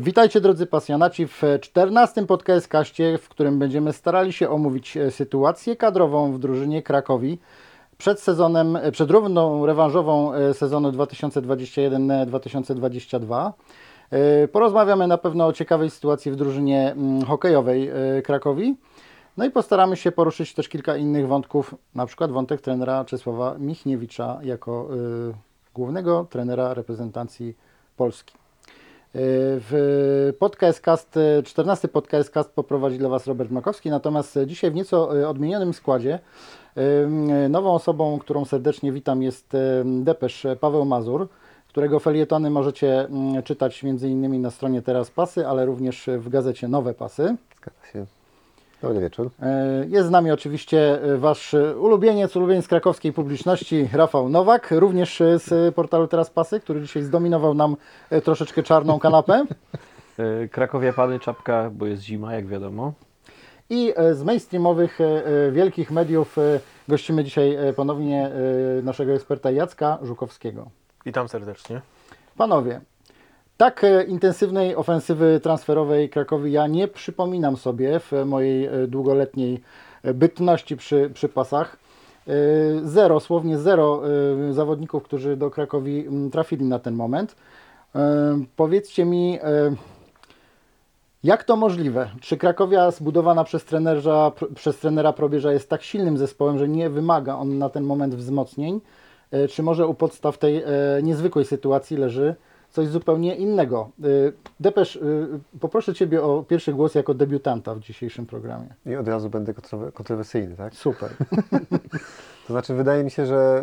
Witajcie drodzy pasjonaci w 14. podcast-kaście, w którym będziemy starali się omówić sytuację kadrową w drużynie Krakowi przed rundą rewanżową sezonu 2021-2022. Porozmawiamy na pewno o ciekawej sytuacji w drużynie hokejowej Krakowi. No i postaramy się poruszyć też kilka innych wątków, na przykład wątek trenera Czesława Michniewicza jako głównego trenera reprezentacji Polski. W podcast 14 podcast poprowadzi dla Was Robert Makowski, natomiast dzisiaj w nieco odmienionym składzie. Nową osobą, którą serdecznie witam, jest depesz Paweł Mazur, którego felietony możecie czytać m.in. na stronie Teraz Pasy, ale również w gazecie Nowe Pasy. Zgadza się. Dobry wieczór. Jest z nami oczywiście Wasz ulubieniec krakowskiej publiczności, Rafał Nowak, również z portalu Teraz Pasy, który dzisiaj zdominował nam troszeczkę czarną kanapę. Krakowie Pany, czapka, bo jest zima, jak wiadomo. I z mainstreamowych wielkich mediów gościmy dzisiaj ponownie naszego eksperta Jacka Żukowskiego. Witam serdecznie. Panowie, tak intensywnej ofensywy transferowej Krakowi ja nie przypominam sobie w mojej długoletniej bytności przy pasach. Słownie zero zawodników, którzy do Krakowi trafili na ten moment. Powiedzcie mi, jak to możliwe? Czy Krakowia zbudowana przez trenera Probierza jest tak silnym zespołem, że nie wymaga on na ten moment wzmocnień? Czy może u podstaw tej niezwykłej sytuacji leży coś zupełnie innego? Depesz, poproszę Ciebie o pierwszy głos jako debiutanta w dzisiejszym programie. I od razu będę kontrowersyjny, tak? Super. To znaczy, wydaje mi się, że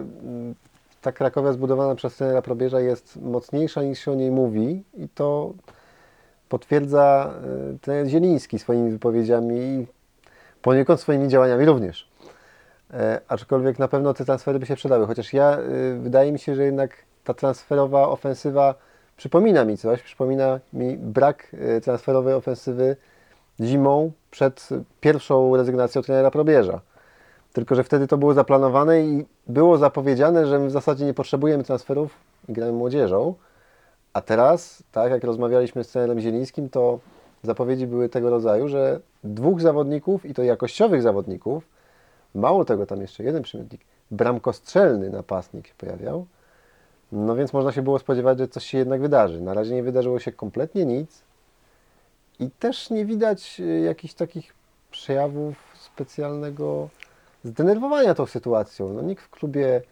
ta Krakowia zbudowana przez trenera Probierza jest mocniejsza niż się o niej mówi i to potwierdza trener Zieliński swoimi wypowiedziami i poniekąd swoimi działaniami również. Aczkolwiek na pewno te transfery by się przydały, chociaż wydaje mi się, że jednak ta transferowa ofensywa przypomina mi brak transferowej ofensywy zimą przed pierwszą rezygnacją trenera Probierza. Tylko że wtedy to było zaplanowane i było zapowiedziane, że my w zasadzie nie potrzebujemy transferów i gramy młodzieżą. A teraz, tak jak rozmawialiśmy z trenerem Zielińskim, to zapowiedzi były tego rodzaju, że 2 zawodników i to jakościowych zawodników, mało tego, tam jeszcze jeden przymiotnik, bramkostrzelny napastnik się pojawiał, no więc można się było spodziewać, że coś się jednak wydarzy. Na razie nie wydarzyło się kompletnie nic i też nie widać jakichś takich przejawów specjalnego zdenerwowania tą sytuacją. No, nikt w klubie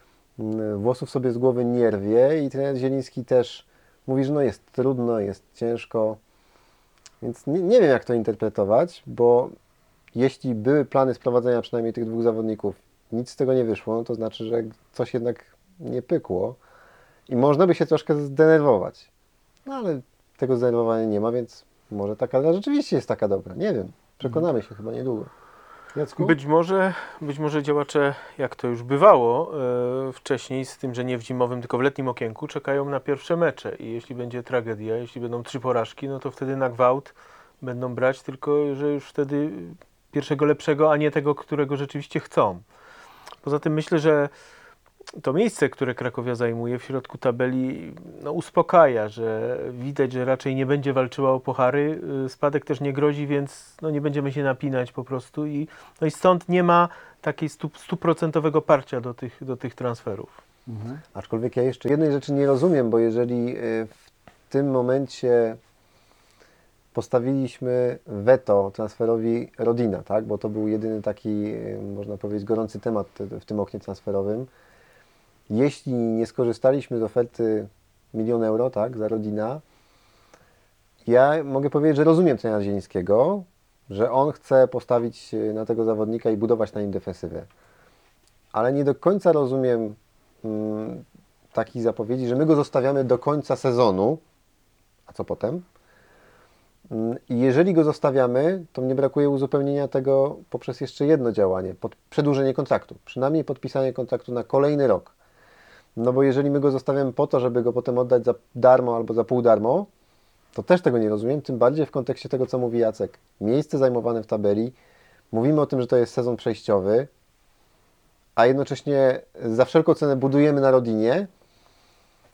włosów sobie z głowy nie rwie i trener Zieliński też mówi, że no jest trudno, jest ciężko, więc nie wiem, jak to interpretować, bo jeśli były plany sprowadzenia przynajmniej tych 2 zawodników, nic z tego nie wyszło, no to znaczy, że coś jednak nie pykło i można by się troszkę zdenerwować. No ale tego zdenerwowania nie ma, więc może ta kadra rzeczywiście jest taka dobra. Nie wiem, przekonamy się chyba niedługo. Jacku? Być może działacze, jak to już bywało wcześniej, z tym, że nie w zimowym, tylko w letnim okienku, czekają na pierwsze mecze i jeśli będzie tragedia, jeśli będą 3 porażki, no to wtedy na gwałt będą brać, tylko że już wtedy pierwszego lepszego, a nie tego, którego rzeczywiście chcą. Poza tym myślę, że to miejsce, które Krakowia zajmuje w środku tabeli, no, uspokaja, że widać, że raczej nie będzie walczyła o puchary, spadek też nie grozi, więc no, nie będziemy się napinać po prostu i stąd nie ma takiej stuprocentowego parcia do tych transferów. Mhm. Aczkolwiek ja jeszcze jednej rzeczy nie rozumiem, bo jeżeli w tym momencie postawiliśmy weto transferowi Rodina, tak? Bo to był jedyny taki, można powiedzieć, gorący temat w tym oknie transferowym. Jeśli nie skorzystaliśmy z oferty 1 000 000 euro, tak, za Rodina, ja mogę powiedzieć, że rozumiem trenera Zielińskiego, że on chce postawić na tego zawodnika i budować na nim defensywę. Ale nie do końca rozumiem takich zapowiedzi, że my go zostawiamy do końca sezonu, a co potem? I jeżeli go zostawiamy, to mnie brakuje uzupełnienia tego poprzez jeszcze jedno działanie, przedłużenie kontraktu, przynajmniej podpisanie kontraktu na kolejny rok. No bo jeżeli my go zostawiamy po to, żeby go potem oddać za darmo albo za pół darmo, to też tego nie rozumiem, tym bardziej w kontekście tego, co mówi Jacek. Miejsce zajmowane w tabeli, mówimy o tym, że to jest sezon przejściowy, a jednocześnie za wszelką cenę budujemy na Rodinie,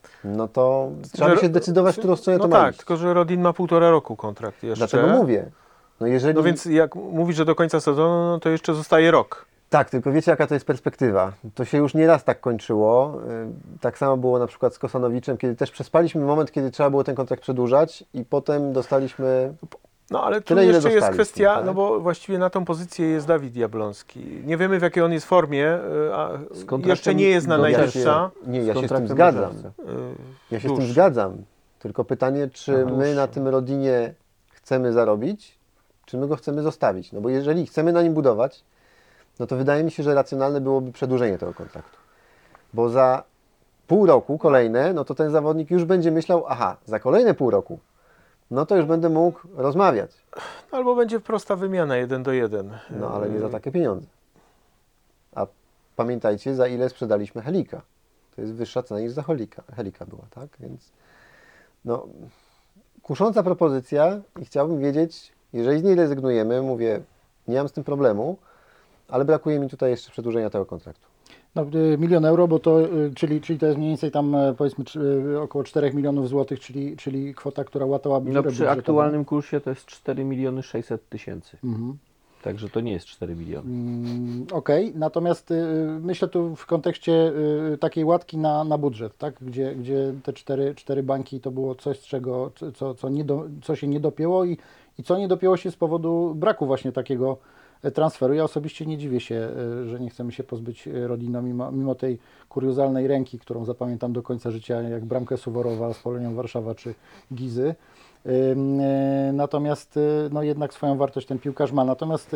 no to trzeba by się zdecydować, w którą stronę no to ma tak, iść. tylko że Rodin ma 1,5 roku kontrakt jeszcze. Dlaczego mówię? No jeżeli... No więc jak mówisz, że do końca sezonu, no to jeszcze zostaje rok. Tak, tylko wiecie, jaka to jest perspektywa. To się już nieraz tak kończyło. Tak samo było na przykład z Kosanowiczem, kiedy też przespaliśmy moment, kiedy trzeba było ten kontrakt przedłużać i potem dostaliśmy... No ale tu Tyle, ile jeszcze jest dostaliśmy, kwestia, tak? no bo właściwie na tą pozycję jest Dawid Jabloński. Nie wiemy, w jakiej on jest formie, a Z kontraktem jeszcze nie jest na do najwyższa. Nie, ja się z tym kontraktem do zgadzam. czerwca. Ja się z tym Dłuższy. zgadzam. Tylko pytanie, czy Aha. my na tym Rodinie chcemy zarobić, czy my go chcemy zostawić. No bo jeżeli chcemy na nim budować, no to wydaje mi się, że racjonalne byłoby przedłużenie tego kontraktu. Bo za pół roku kolejne, no to ten zawodnik już będzie myślał, aha, za kolejne pół roku, no to już będę mógł rozmawiać. Albo będzie prosta wymiana 1-1. No ale nie za takie pieniądze. A pamiętajcie, za ile sprzedaliśmy Helika. To jest wyższa cena niż za Helika była, tak? Więc no, kusząca propozycja i chciałbym wiedzieć, jeżeli z niej rezygnujemy, mówię, nie mam z tym problemu, ale brakuje mi tutaj jeszcze przedłużenia tego kontraktu. No, 1 000 000 euro, bo to, czyli to jest mniej więcej tam powiedzmy około 4 milionów złotych, czyli kwota, która łatałaby No dziurę przy budżetową. aktualnym kursie to jest 4 600 000. Mhm. Także to nie jest 4 miliony. Okej, natomiast myślę tu w kontekście takiej łatki na budżet, tak? Gdzie te cztery bańki to było coś, z czego, co się nie dopięło i co nie dopięło się z powodu braku właśnie takiego transferu. Ja osobiście nie dziwię się, że nie chcemy się pozbyć Rodina mimo tej kuriozalnej ręki, którą zapamiętam do końca życia, jak bramkę Suworowa z Polonią Warszawa czy Gizy. Natomiast no jednak swoją wartość ten piłkarz ma. Natomiast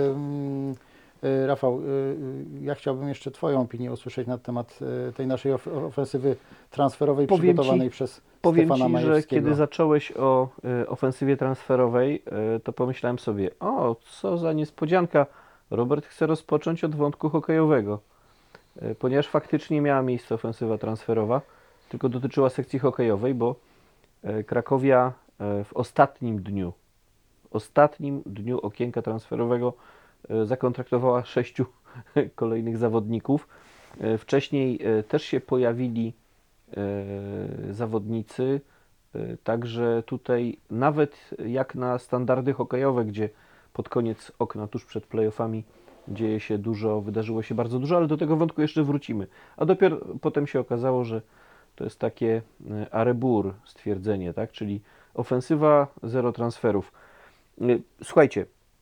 Rafał, ja chciałbym jeszcze Twoją opinię usłyszeć na temat tej naszej ofensywy transferowej przygotowanej przez Powiem Stefana Ci, że Majewskiego. kiedy zacząłeś o ofensywie transferowej, to pomyślałem sobie, o, co za niespodzianka, Robert chce rozpocząć od wątku hokejowego. Ponieważ faktycznie miała miejsce ofensywa transferowa, tylko dotyczyła sekcji hokejowej, bo Krakowia w ostatnim dniu okienka transferowego zakontraktowała 6 kolejnych zawodników. Wcześniej też się pojawili zawodnicy, także tutaj nawet jak na standardy hokejowe, gdzie pod koniec okna, tuż przed playoffami dzieje się dużo, wydarzyło się bardzo dużo, ale do tego wątku jeszcze wrócimy. A dopiero potem się okazało, że to jest takie arebur stwierdzenie, tak? Czyli ofensywa, zero transferów. Słuchajcie,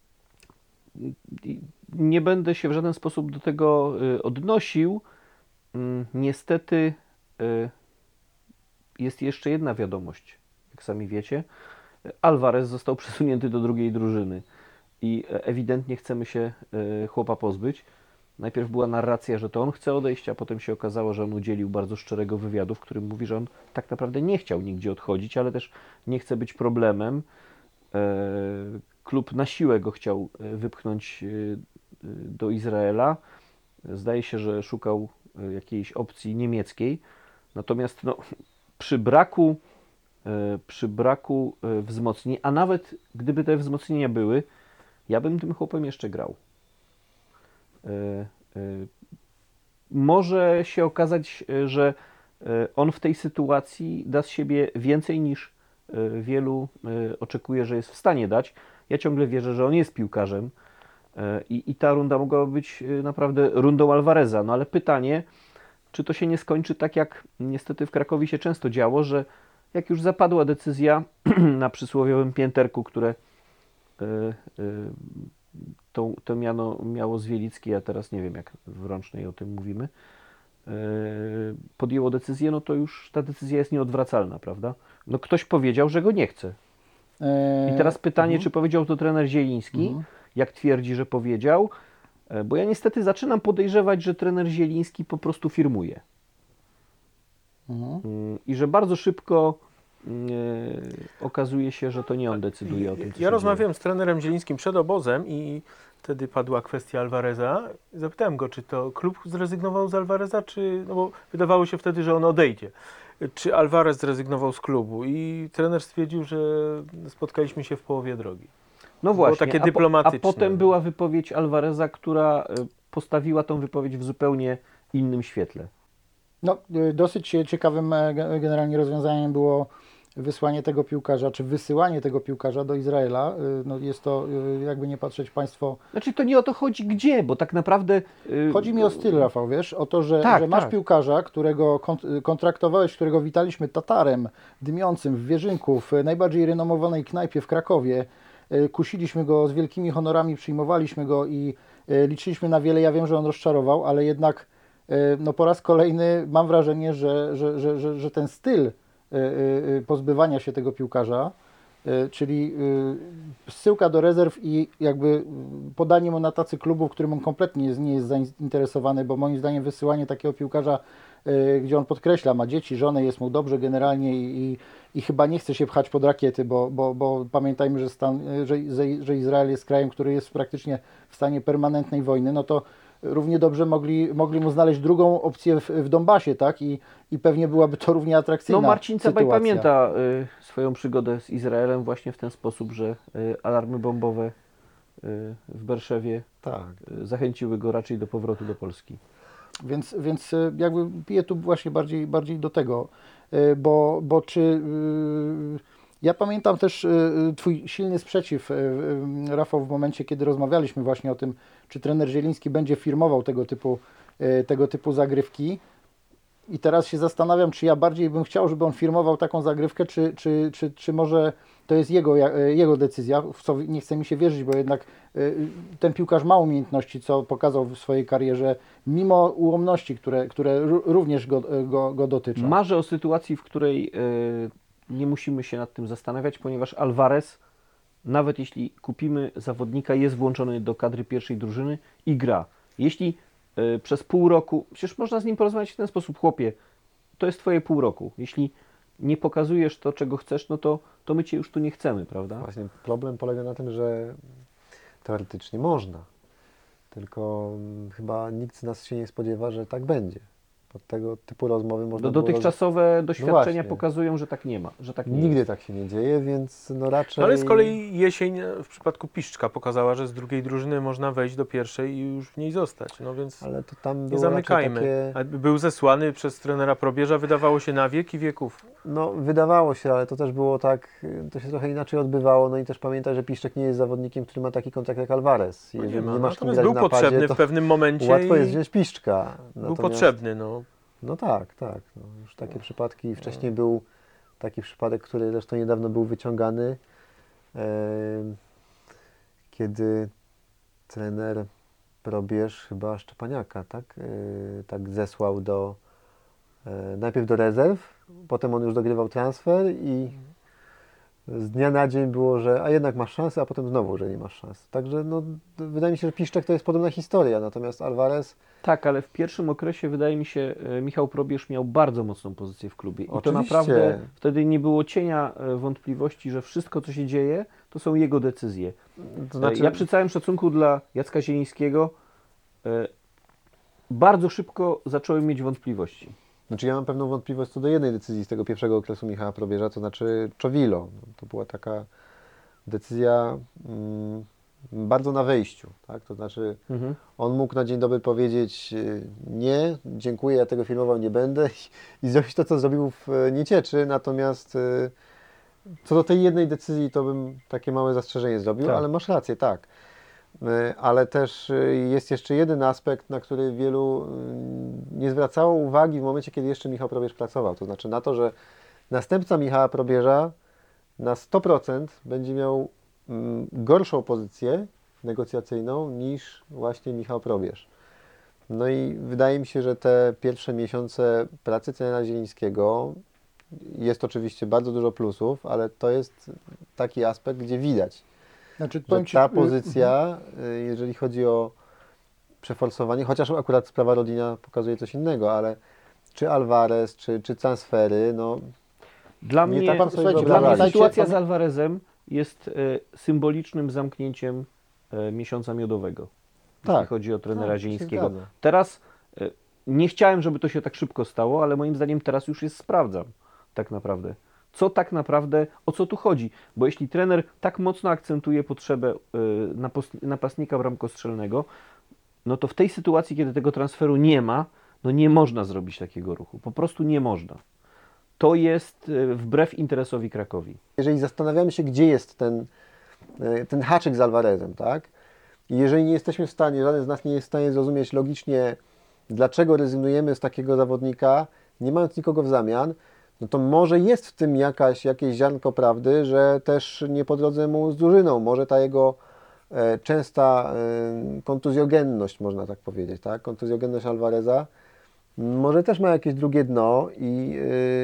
nie będę się w żaden sposób do tego odnosił. Niestety jest jeszcze jedna wiadomość, jak sami wiecie. Alvarez został przesunięty do drugiej drużyny i ewidentnie chcemy się chłopa pozbyć. Najpierw była narracja, że to on chce odejść, a potem się okazało, że on udzielił bardzo szczerego wywiadu, w którym mówi, że on tak naprawdę nie chciał nigdzie odchodzić, ale też nie chce być problemem. Klub na siłę go chciał wypchnąć do Izraela. Zdaje się, że szukał jakiejś opcji niemieckiej. Natomiast no, przy braku wzmocnień, a nawet gdyby te wzmocnienia były, ja bym tym chłopem jeszcze grał. Może się okazać, że on w tej sytuacji da z siebie więcej niż wielu oczekuje, że jest w stanie dać. Ja ciągle wierzę, że on jest piłkarzem i ta runda mogła być naprawdę rundą Alvareza. No ale pytanie, czy to się nie skończy tak, jak niestety w Krakowie się często działo, że jak już zapadła decyzja na przysłowiowym pięterku, które to miano miało Zwielicki, a teraz nie wiem, jak w Rącznej o tym mówimy, podjęło decyzję, no to już ta decyzja jest nieodwracalna, prawda? No ktoś powiedział, że go nie chce. I teraz pytanie, czy powiedział to trener Zieliński, jak twierdzi, że powiedział, bo ja niestety zaczynam podejrzewać, że trener Zieliński po prostu firmuje. I że bardzo szybko okazuje się, że to nie on decyduje o tym, co się Ja rozmawiałem dzieje. z trenerem Zielińskim przed obozem i wtedy padła kwestia Alvareza. Zapytałem go, czy to klub zrezygnował z Alvareza, czy, no bo wydawało się wtedy, że on odejdzie. Czy Alvarez zrezygnował z klubu i trener stwierdził, że spotkaliśmy się w połowie drogi. No było właśnie, takie a dyplomatyczne. potem była wypowiedź Alvareza, która postawiła tą wypowiedź w zupełnie innym świetle. No, dosyć ciekawym generalnie rozwiązaniem było wysłanie tego piłkarza, czy wysyłanie tego piłkarza do Izraela. No, jest to, jakby nie patrzeć, państwo. Znaczy to nie o to chodzi gdzie, bo tak naprawdę... Chodzi mi o styl, Rafał, wiesz, o to, że, Tak, że masz tak. piłkarza, którego kontraktowałeś, którego witaliśmy tatarem dymiącym w Wierzynku, w najbardziej renomowanej knajpie w Krakowie. Kusiliśmy go z wielkimi honorami, przyjmowaliśmy go i liczyliśmy na wiele. Ja wiem, że on rozczarował, ale jednak no, po raz kolejny mam wrażenie, że ten styl pozbywania się tego piłkarza, czyli zsyłka do rezerw i jakby podanie mu na tacy klubów, którym on kompletnie nie jest zainteresowany, bo moim zdaniem wysyłanie takiego piłkarza, gdzie on podkreśla, ma dzieci, żonę, jest mu dobrze generalnie i chyba nie chce się pchać pod rakiety, bo pamiętajmy, że Izrael jest krajem, który jest praktycznie w stanie permanentnej wojny, no to równie dobrze mogli mu znaleźć drugą opcję w Donbasie, tak? I pewnie byłaby to równie atrakcyjna No Marcin Cabaj sytuacja. pamięta swoją przygodę z Izraelem właśnie w ten sposób, że alarmy bombowe w Berszewie Tak. zachęciły go raczej do powrotu do Polski. Więc jakby piję tu właśnie bardziej do tego, bo czy... Ja pamiętam też Twój silny sprzeciw, Rafał, w momencie, kiedy rozmawialiśmy właśnie o tym, czy trener Zieliński będzie firmował tego typu zagrywki. I teraz się zastanawiam, czy ja bardziej bym chciał, żeby on firmował taką zagrywkę, czy może to jest jego decyzja, w co nie chce mi się wierzyć, bo jednak ten piłkarz ma umiejętności, co pokazał w swojej karierze, mimo ułomności, które również go dotyczą. Marzę o sytuacji, w której nie musimy się nad tym zastanawiać, ponieważ Alvarez, nawet jeśli kupimy zawodnika, jest włączony do kadry pierwszej drużyny i gra. Jeśli przez pół roku, przecież można z nim porozmawiać w ten sposób, chłopie, to jest twoje pół roku. Jeśli nie pokazujesz to, czego chcesz, no to my cię już tu nie chcemy, prawda? Właśnie problem polega na tym, że teoretycznie można, tylko chyba nikt z nas się nie spodziewa, że tak będzie. Pod tego typu rozmowy można było Dotychczasowe doświadczenia właśnie. pokazują, że tak nie ma, że tak nie Nigdy jest. tak się nie dzieje, więc no raczej... Ale z kolei jesień w przypadku Piszczka pokazała, że z drugiej drużyny można wejść do pierwszej i już w niej zostać. No więc Ale to tam nie było zamykajmy. raczej takie... A był zesłany przez trenera Probierza, wydawało się na wieki wieków. No wydawało się, ale to też było tak, to się trochę inaczej odbywało, no i też pamiętaj, że Piszczek nie jest zawodnikiem, który ma taki kontrakt jak Alvarez. No Jeżeli nie ma. nie masz kim Natomiast grać był w napadzie, potrzebny to w pewnym momencie łatwo jest i wziąć Piszczka. był Natomiast- potrzebny. No. No tak. No, już takie przypadki. Wcześniej był taki przypadek, który zresztą niedawno był wyciągany, kiedy trener Probierz chyba Szczepaniaka, tak? Tak zesłał najpierw do rezerw, potem on już dogrywał transfer i z dnia na dzień było, że a jednak masz szansę, a potem znowu, że nie masz szans. Także no, wydaje mi się, że Piszczek to jest podobna historia, natomiast Alvarez Tak, ale w pierwszym okresie wydaje mi się, Michał Probierz miał bardzo mocną pozycję w klubie. I to Oczywiście. naprawdę wtedy nie było cienia wątpliwości, że wszystko, co się dzieje, to są jego decyzje. to znaczy, Ja przy całym szacunku dla Jacka Zielińskiego bardzo szybko zacząłem mieć wątpliwości. Znaczy ja mam pewną wątpliwość co do jednej decyzji z tego pierwszego okresu Michała Probierza, to znaczy Czowilo. To była taka decyzja bardzo na wejściu, tak? To znaczy on mógł na dzień dobry powiedzieć nie, dziękuję, ja tego filmował nie będę i zrobić to, co zrobił w Niecieczy, natomiast co do tej jednej decyzji to bym takie małe zastrzeżenie zrobił, Tak. ale masz rację, tak. Ale też jest jeszcze jeden aspekt, na który wielu nie zwracało uwagi w momencie, kiedy jeszcze Michał Probierz pracował. To znaczy na to, że następca Michała Probierza na 100% będzie miał gorszą pozycję negocjacyjną niż właśnie Michał Probierz. No i wydaje mi się, że te pierwsze miesiące pracy trenera Zielińskiego jest oczywiście bardzo dużo plusów, ale to jest taki aspekt, gdzie widać, Znaczy, że powiem Ci, ta pozycja, jeżeli chodzi o przeforsowanie, chociaż akurat sprawa Rodina pokazuje coś innego, ale czy Alvarez, czy transfery, no Dla Nie mnie, tak pan sobie dla mnie wyobrażacie. sytuacja z Alvarezem jest symbolicznym zamknięciem miesiąca miodowego, jeśli Tak. chodzi o trenera Tak, się Zielińskiego. zgadza. Teraz nie chciałem, żeby to się tak szybko stało, ale moim zdaniem teraz już jest sprawdzam tak naprawdę. Co tak naprawdę, o co tu chodzi? Bo jeśli trener tak mocno akcentuje potrzebę napastnika bramkostrzelnego, no to w tej sytuacji, kiedy tego transferu nie ma, No nie można zrobić takiego ruchu. Po prostu nie można. To jest wbrew interesowi Krakowi. Jeżeli zastanawiamy się, gdzie jest ten haczyk z Alvarezem, tak? I jeżeli nie jesteśmy w stanie, żaden z nas nie jest w stanie zrozumieć logicznie, dlaczego rezygnujemy z takiego zawodnika, nie mając nikogo w zamian, no to może jest w tym jakieś ziarnko prawdy, że też nie po drodze mu z drużyną. Może ta jego częsta kontuzjogenność, można tak powiedzieć, tak? Kontuzjogenność Alvareza, może też ma jakieś drugie dno i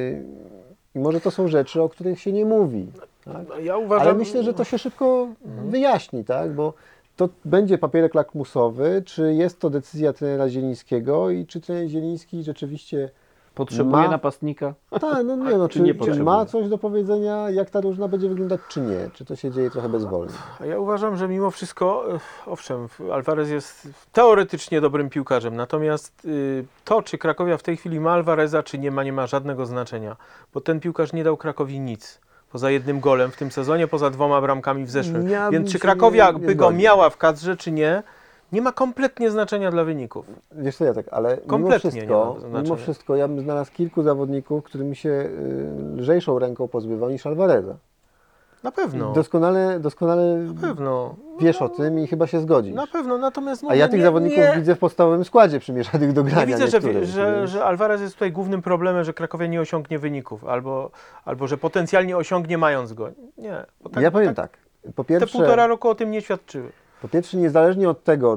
może to są rzeczy, o których się nie mówi. Tak? Ja uważam, Ale myślę, że to się szybko wyjaśni, tak? Bo to będzie papierek lakmusowy, czy jest to decyzja trenera Zielińskiego i czy trener Zieliński rzeczywiście Potrzebuje Ma- napastnika? tak, no nie, no, Czy nie czy potrzebuje? ma coś do powiedzenia, jak ta drużyna będzie wyglądać, czy nie? Czy to się dzieje trochę bezwolnie? A ja uważam, że mimo wszystko, owszem, Alvarez jest teoretycznie dobrym piłkarzem, natomiast to, czy Krakowia w tej chwili ma Alvareza, czy nie ma żadnego znaczenia, bo ten piłkarz nie dał Krakowi nic. Poza jednym golem w tym sezonie, poza 2 bramkami w zeszłym. Ja bym Więc czy się Krakowia nie by go zgodził. miała w kadrze, czy nie, nie ma kompletnie znaczenia dla wyników. Wiesz co, ja tak, ale Kompletnie nie ma znaczenia. mimo wszystko ja bym znalazł kilku zawodników, którymi się lżejszą ręką pozbywał niż Alvareza. Na pewno. Doskonale Na pewno. wiesz o tym i chyba się zgodzisz. Na pewno, natomiast A mówię, ja tych zawodników widzę w podstawowym składzie przymieszanych do grania. Nie widzę, niektórych, że Alvarez jest tutaj głównym problemem, że Krakowia nie osiągnie wyników, albo że potencjalnie osiągnie mając go. Nie. Bo Ja powiem tak. Po Te 1,5 pierwsze, roku o tym nie świadczyły. niezależnie od tego,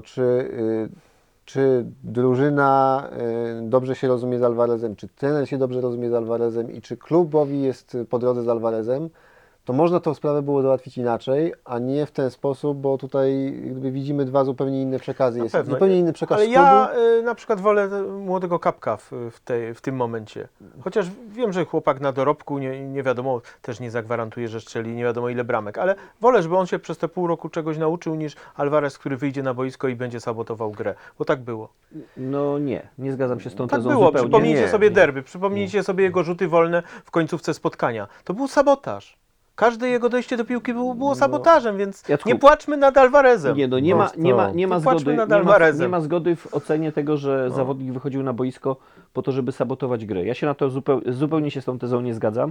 czy drużyna dobrze się rozumie z Alvarezem, czy trener się dobrze rozumie z Alvarezem i czy klubowi jest po drodze z Alvarezem, to można tą sprawę było załatwić inaczej, a nie w ten sposób, bo tutaj jakby widzimy dwa zupełnie inne przekazy. Jest pewno. zupełnie inny przekaz Ale z klubu. ja na przykład wolę młodego Kapka w tym momencie. Chociaż wiem, że chłopak na dorobku, nie wiadomo, też nie zagwarantuje, że strzeli nie wiadomo ile bramek, ale wolę, żeby on się przez te pół roku czegoś nauczył, niż Alvarez, który wyjdzie na boisko i będzie sabotował grę. Bo tak było. No nie zgadzam się z tą Tak tezą było. zupełnie. Przypomnijcie Nie, sobie nie. derby, przypomnijcie sobie jego rzuty wolne w końcówce spotkania. To był sabotaż. Każde jego dojście do piłki było sabotażem, więc Jacku, nie płaczmy nad Alvarezem. Nie, no nie ma Płaczmy zgody, nad Alvarezem. nie ma zgody w ocenie tego, że zawodnik wychodził na boisko po to, żeby sabotować grę. Ja się na to zupełnie się z tą tezą nie zgadzam.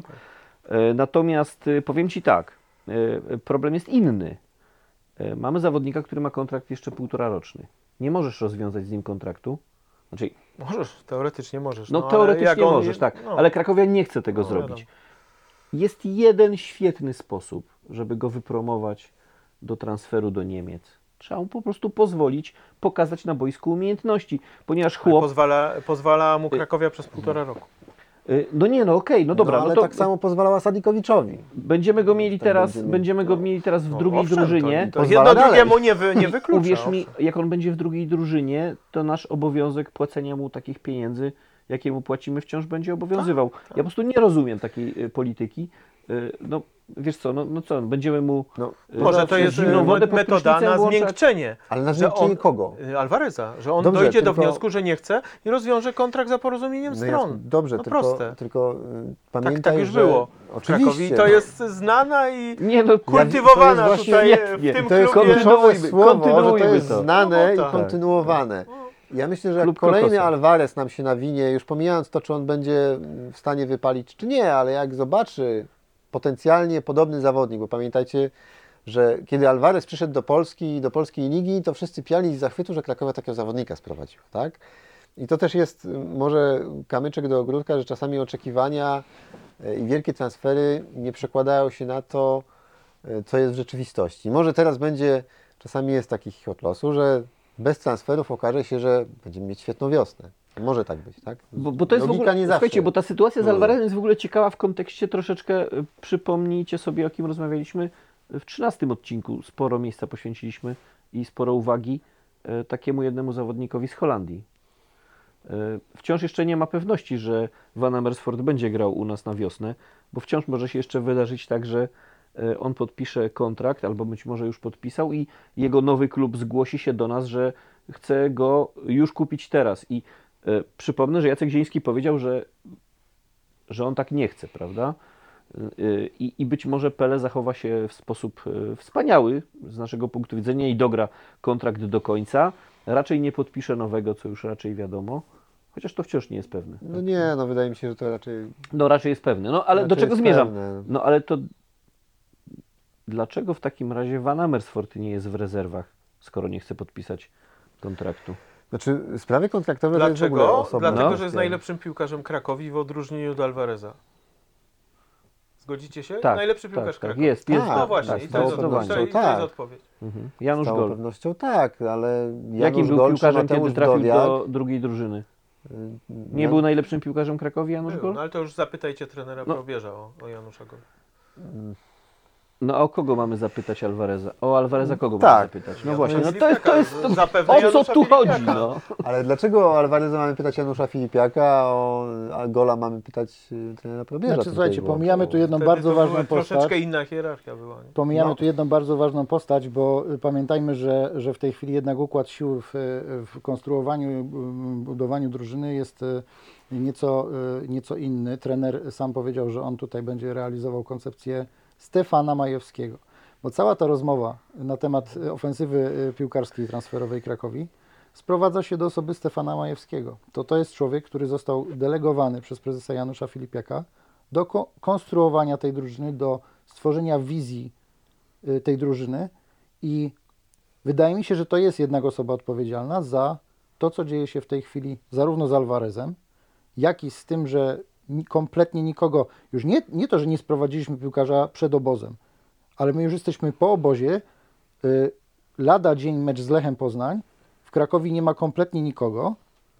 Natomiast powiem Ci tak, problem jest inny. Mamy zawodnika, który ma kontrakt jeszcze 1,5-roczny. Nie możesz rozwiązać z nim kontraktu. Znaczy, Możesz, teoretycznie możesz. no ale teoretycznie jak on- możesz, tak, no. ale Krakowia nie chce tego No, zrobić. wiadomo. Jest jeden świetny sposób, żeby go wypromować do transferu do Niemiec. Trzeba mu po prostu pozwolić pokazać na boisku umiejętności, ponieważ Ale chłop... pozwala mu Krakowia przez 1,5 roku. No nie, no okej, no dobra, no, ale no to tak samo pozwalała Sadikowiczowi. będziemy go mieli Tak teraz, będziemy- będziemy go mieli teraz w No, drugiej owszem, drużynie. To Pozwala jedno dalej. drugiemu nie wyklucza. Uwierz mi, owszem. jak on będzie w drugiej drużynie, to nasz obowiązek płacenia mu takich pieniędzy, jakie mu płacimy, wciąż będzie obowiązywał. Ja po prostu nie rozumiem takiej polityki. No wiesz co, no co, będziemy mu No, Może to jest zimną wodę pod metoda prysznicem na włączać? zmiękczenie. ale na Że zmiękczenie kogo? Alvareza, że on Dobrze, dojdzie do tylko- wniosku, że nie chce i rozwiąże kontrakt za porozumieniem No stron. jasne, dobrze, no tylko, proste. tylko pamiętaj, Tak już że było. W Krakowi Oczywiście. to jest znana i Nie no, kultywowana to jest tutaj właśnie- w tym to jest klubie. kluczowe Kontynuujmy, słowo, że to kontynuujmy jest to. znane No i tak. kontynuowane. Ja myślę, że jak Klub kolejny kokosa. Alvarez nam się nawinie, już pomijając to, czy on będzie w stanie wypalić, czy nie, ale jak zobaczy potencjalnie podobny zawodnik, bo pamiętajcie, że kiedy Alvarez przyszedł do Polski, do polskiej ligi, to wszyscy piali z zachwytu, że Krakowia takiego zawodnika sprowadziła, tak? I to też jest może kamyczek do ogródka, że czasami oczekiwania i wielkie transfery nie przekładają się na to, co jest w rzeczywistości. Może teraz będzie, czasami jest taki chichot losu, że bez transferów okaże się, że będziemy mieć świetną wiosnę. Może tak być, tak? Bo to jest w Logika ogóle, nie zawsze. słuchajcie, bo ta sytuacja z No. Alvarezem jest w ogóle ciekawa w kontekście troszeczkę, przypomnijcie sobie, o kim rozmawialiśmy w 13 odcinku. Sporo miejsca poświęciliśmy i sporo uwagi takiemu jednemu zawodnikowi z Holandii. Wciąż jeszcze nie ma pewności, że Van Amersfoort będzie grał u nas na wiosnę, bo wciąż może się jeszcze wydarzyć tak, że on podpisze kontrakt, albo być może już podpisał i jego nowy klub zgłosi się do nas, że chce go już kupić teraz. I przypomnę, że Jacek Zieliński powiedział, że on tak nie chce, prawda? I być może Pele zachowa się w sposób wspaniały z naszego punktu widzenia i dogra kontrakt do końca. Raczej nie podpisze nowego, co już raczej wiadomo, Chociaż to wciąż nie jest pewne. No nie, no wydaje mi się, że to raczej... No raczej jest pewne. No ale do raczej czego jest zmierzam? pewne. No ale to dlaczego w takim razie Van Amersfoort nie jest w rezerwach, skoro nie chce podpisać kontraktu? Znaczy, sprawy kontraktowe to jest w ogóle Dlaczego? osobna Dlatego, że kwestia. jest najlepszym piłkarzem Krakowi w odróżnieniu do Alvareza. Zgodzicie się? Tak, Najlepszy tak, piłkarz tak, Krakowi. jest. No właśnie, tak, i to jest, zdecydowanie. to jest Tak. odpowiedź. Mhm. Z Janusz całą Gol. pewnością tak, ale Janusz Jakim był Gol czy piłkarzem, kiedy Mateusz trafił Dodiak, do drugiej drużyny? Nie był najlepszym piłkarzem Krakowi Janusz Był, Gol? no ale to już zapytajcie trenera No. Probierza o Janusza Gola. No a o kogo mamy zapytać Alvareza? O Alvareza kogo mamy Tak. zapytać? No Ja właśnie, to no jest to jest, to jest Filipiaka, zapewne o co Janusza tu chodzi, Filipiaka. no? Ale dlaczego o Alvareza mamy pytać Janusza Filipiaka, a Gola mamy pytać trenera Probierza? Znaczy, tylko słuchajcie, i wyłącznie? pomijamy tu jedną Wtedy bardzo to ważną była troszeczkę postać. inna hierarchia była. Nie? Pomijamy No. tu jedną bardzo ważną postać, bo pamiętajmy, że w tej chwili jednak układ sił w konstruowaniu i budowaniu drużyny jest nieco inny. Trener sam powiedział, że on tutaj będzie realizował koncepcję Stefana Majewskiego. Bo cała ta rozmowa na temat ofensywy piłkarskiej transferowej Krakowi sprowadza się do osoby Stefana Majewskiego. To jest człowiek, który został delegowany przez prezesa Janusza Filipiaka do konstruowania tej drużyny, do stworzenia wizji tej drużyny i wydaje mi się, że to jest jednak osoba odpowiedzialna za to, co dzieje się w tej chwili zarówno z Alvarezem, jak i z tym, że kompletnie nikogo, już nie to, że nie sprowadziliśmy piłkarza przed obozem, ale my już jesteśmy po obozie, lada dzień mecz z Lechem Poznań, w Krakowie nie ma kompletnie nikogo,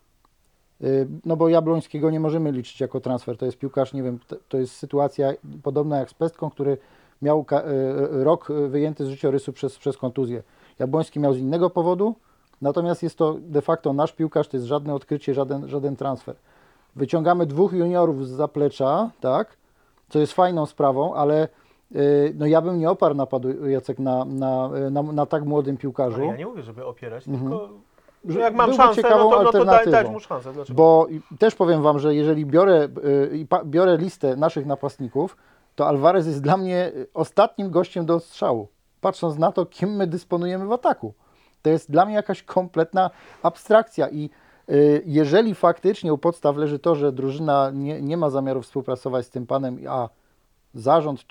no bo Jabłońskiego nie możemy liczyć jako transfer, to jest piłkarz, nie wiem, to jest sytuacja podobna jak z Pestką, który miał rok wyjęty z życiorysu przez kontuzję. Jabłoński miał z innego powodu, natomiast jest to de facto nasz piłkarz, to jest żadne odkrycie, żaden transfer. Wyciągamy 2 juniorów z zaplecza, tak, co jest fajną sprawą, ale no ja bym nie oparł napadu, Jacek, na tak młodym piłkarzu. Ale ja nie mówię, żeby opierać, tylko Że jak mam byłby szansę, ciekawą no to dać alternatywą. mu szansę. Dlaczego? Bo też powiem Wam, że jeżeli biorę listę naszych napastników, to Alvarez jest dla mnie ostatnim gościem do strzału. Patrząc na to, kim my dysponujemy w ataku. To jest dla mnie jakaś kompletna abstrakcja i jeżeli faktycznie u podstaw leży to, że drużyna nie ma zamiaru współpracować z tym panem, a zarząd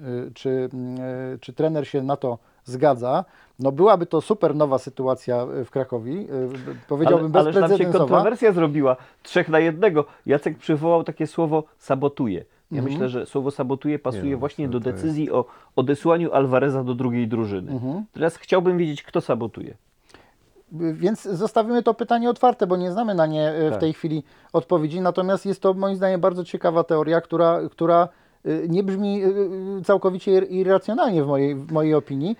czy trener się na to zgadza, no byłaby to super nowa sytuacja w Krakowie, powiedziałbym Ależ nam się bezprecedensowa. kontrowersja zrobiła 3 na 1. Jacek przywołał takie słowo sabotuje. Ja myślę, że słowo sabotuje pasuje no, właśnie to do jest- decyzji o odesłaniu Alvareza do drugiej drużyny. Teraz chciałbym wiedzieć, kto sabotuje. Więc zostawimy to pytanie otwarte, bo nie znamy na nie w Tak. tej chwili odpowiedzi. Natomiast jest to moim zdaniem bardzo ciekawa teoria, która nie brzmi całkowicie irracjonalnie w mojej opinii.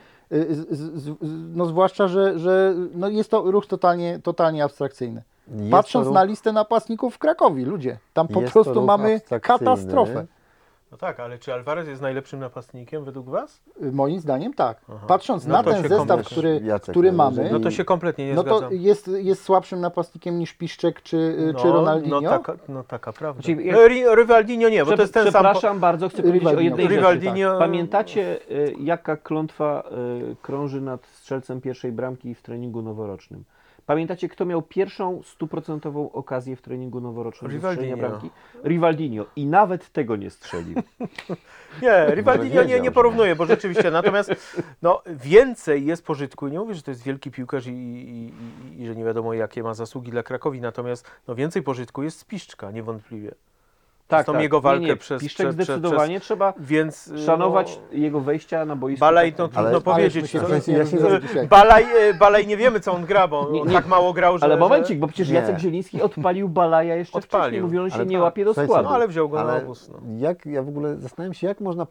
No zwłaszcza, że no jest to ruch totalnie abstrakcyjny. Jest Patrząc to ruch- na listę napastników w Krakowie, ludzie, tam po Jest to prostu ruch mamy abstrakcyjny. katastrofę. No tak, ale czy Alvarez jest najlepszym napastnikiem według Was? Moim zdaniem tak. Aha. Patrząc No na to ten się zestaw, kompletnie- Jacek, który no, mamy, No to się kompletnie nie no to zgadzam. jest słabszym napastnikiem niż Piszczek czy Ronaldinho. Taka prawda. Znaczy, jak- Rivaldinho nie, bo to jest ten sam... Przepraszam bardzo, chcę powiedzieć o Rivaldinho. jednej rzeczy. Rivaldinho... Pamiętacie, jaka klątwa krąży nad strzelcem pierwszej bramki w treningu noworocznym? Pamiętacie, kto miał pierwszą 100% okazję w treningu noworocznym do strzelenia Rivaldinho. bramki? Rivaldinho. I nawet tego nie strzelił. Nie, Rivaldinho wiedział, nie że- porównuję, bo rzeczywiście, natomiast no, więcej jest pożytku. Nie mówię, że to jest wielki piłkarz i że nie wiadomo jakie ma zasługi dla Krakowi, natomiast no, więcej pożytku jest z Piszczka, niewątpliwie. Tą jego walkę przez- Piszczek przez- zdecydowanie trzeba Więc szanować no, jego wejścia na boisku. Balaj, tak, no tak. trudno Ale- powiedzieć. aleśmy się co? rozumiem, ja się że dzisiaj. Balaj nie wiemy, co on gra, bo Nie, on nie. tak mało grał, że... Ale momencik, bo przecież Nie. Jacek Zieliński odpalił Balaja jeszcze wcześniej, Odpalił. mówił, że on się Ale nie tak, łapie do słuchajcie, składu. No ale wziął go na Ale obóz. No. ja w ogóle zastanawiam się, jak można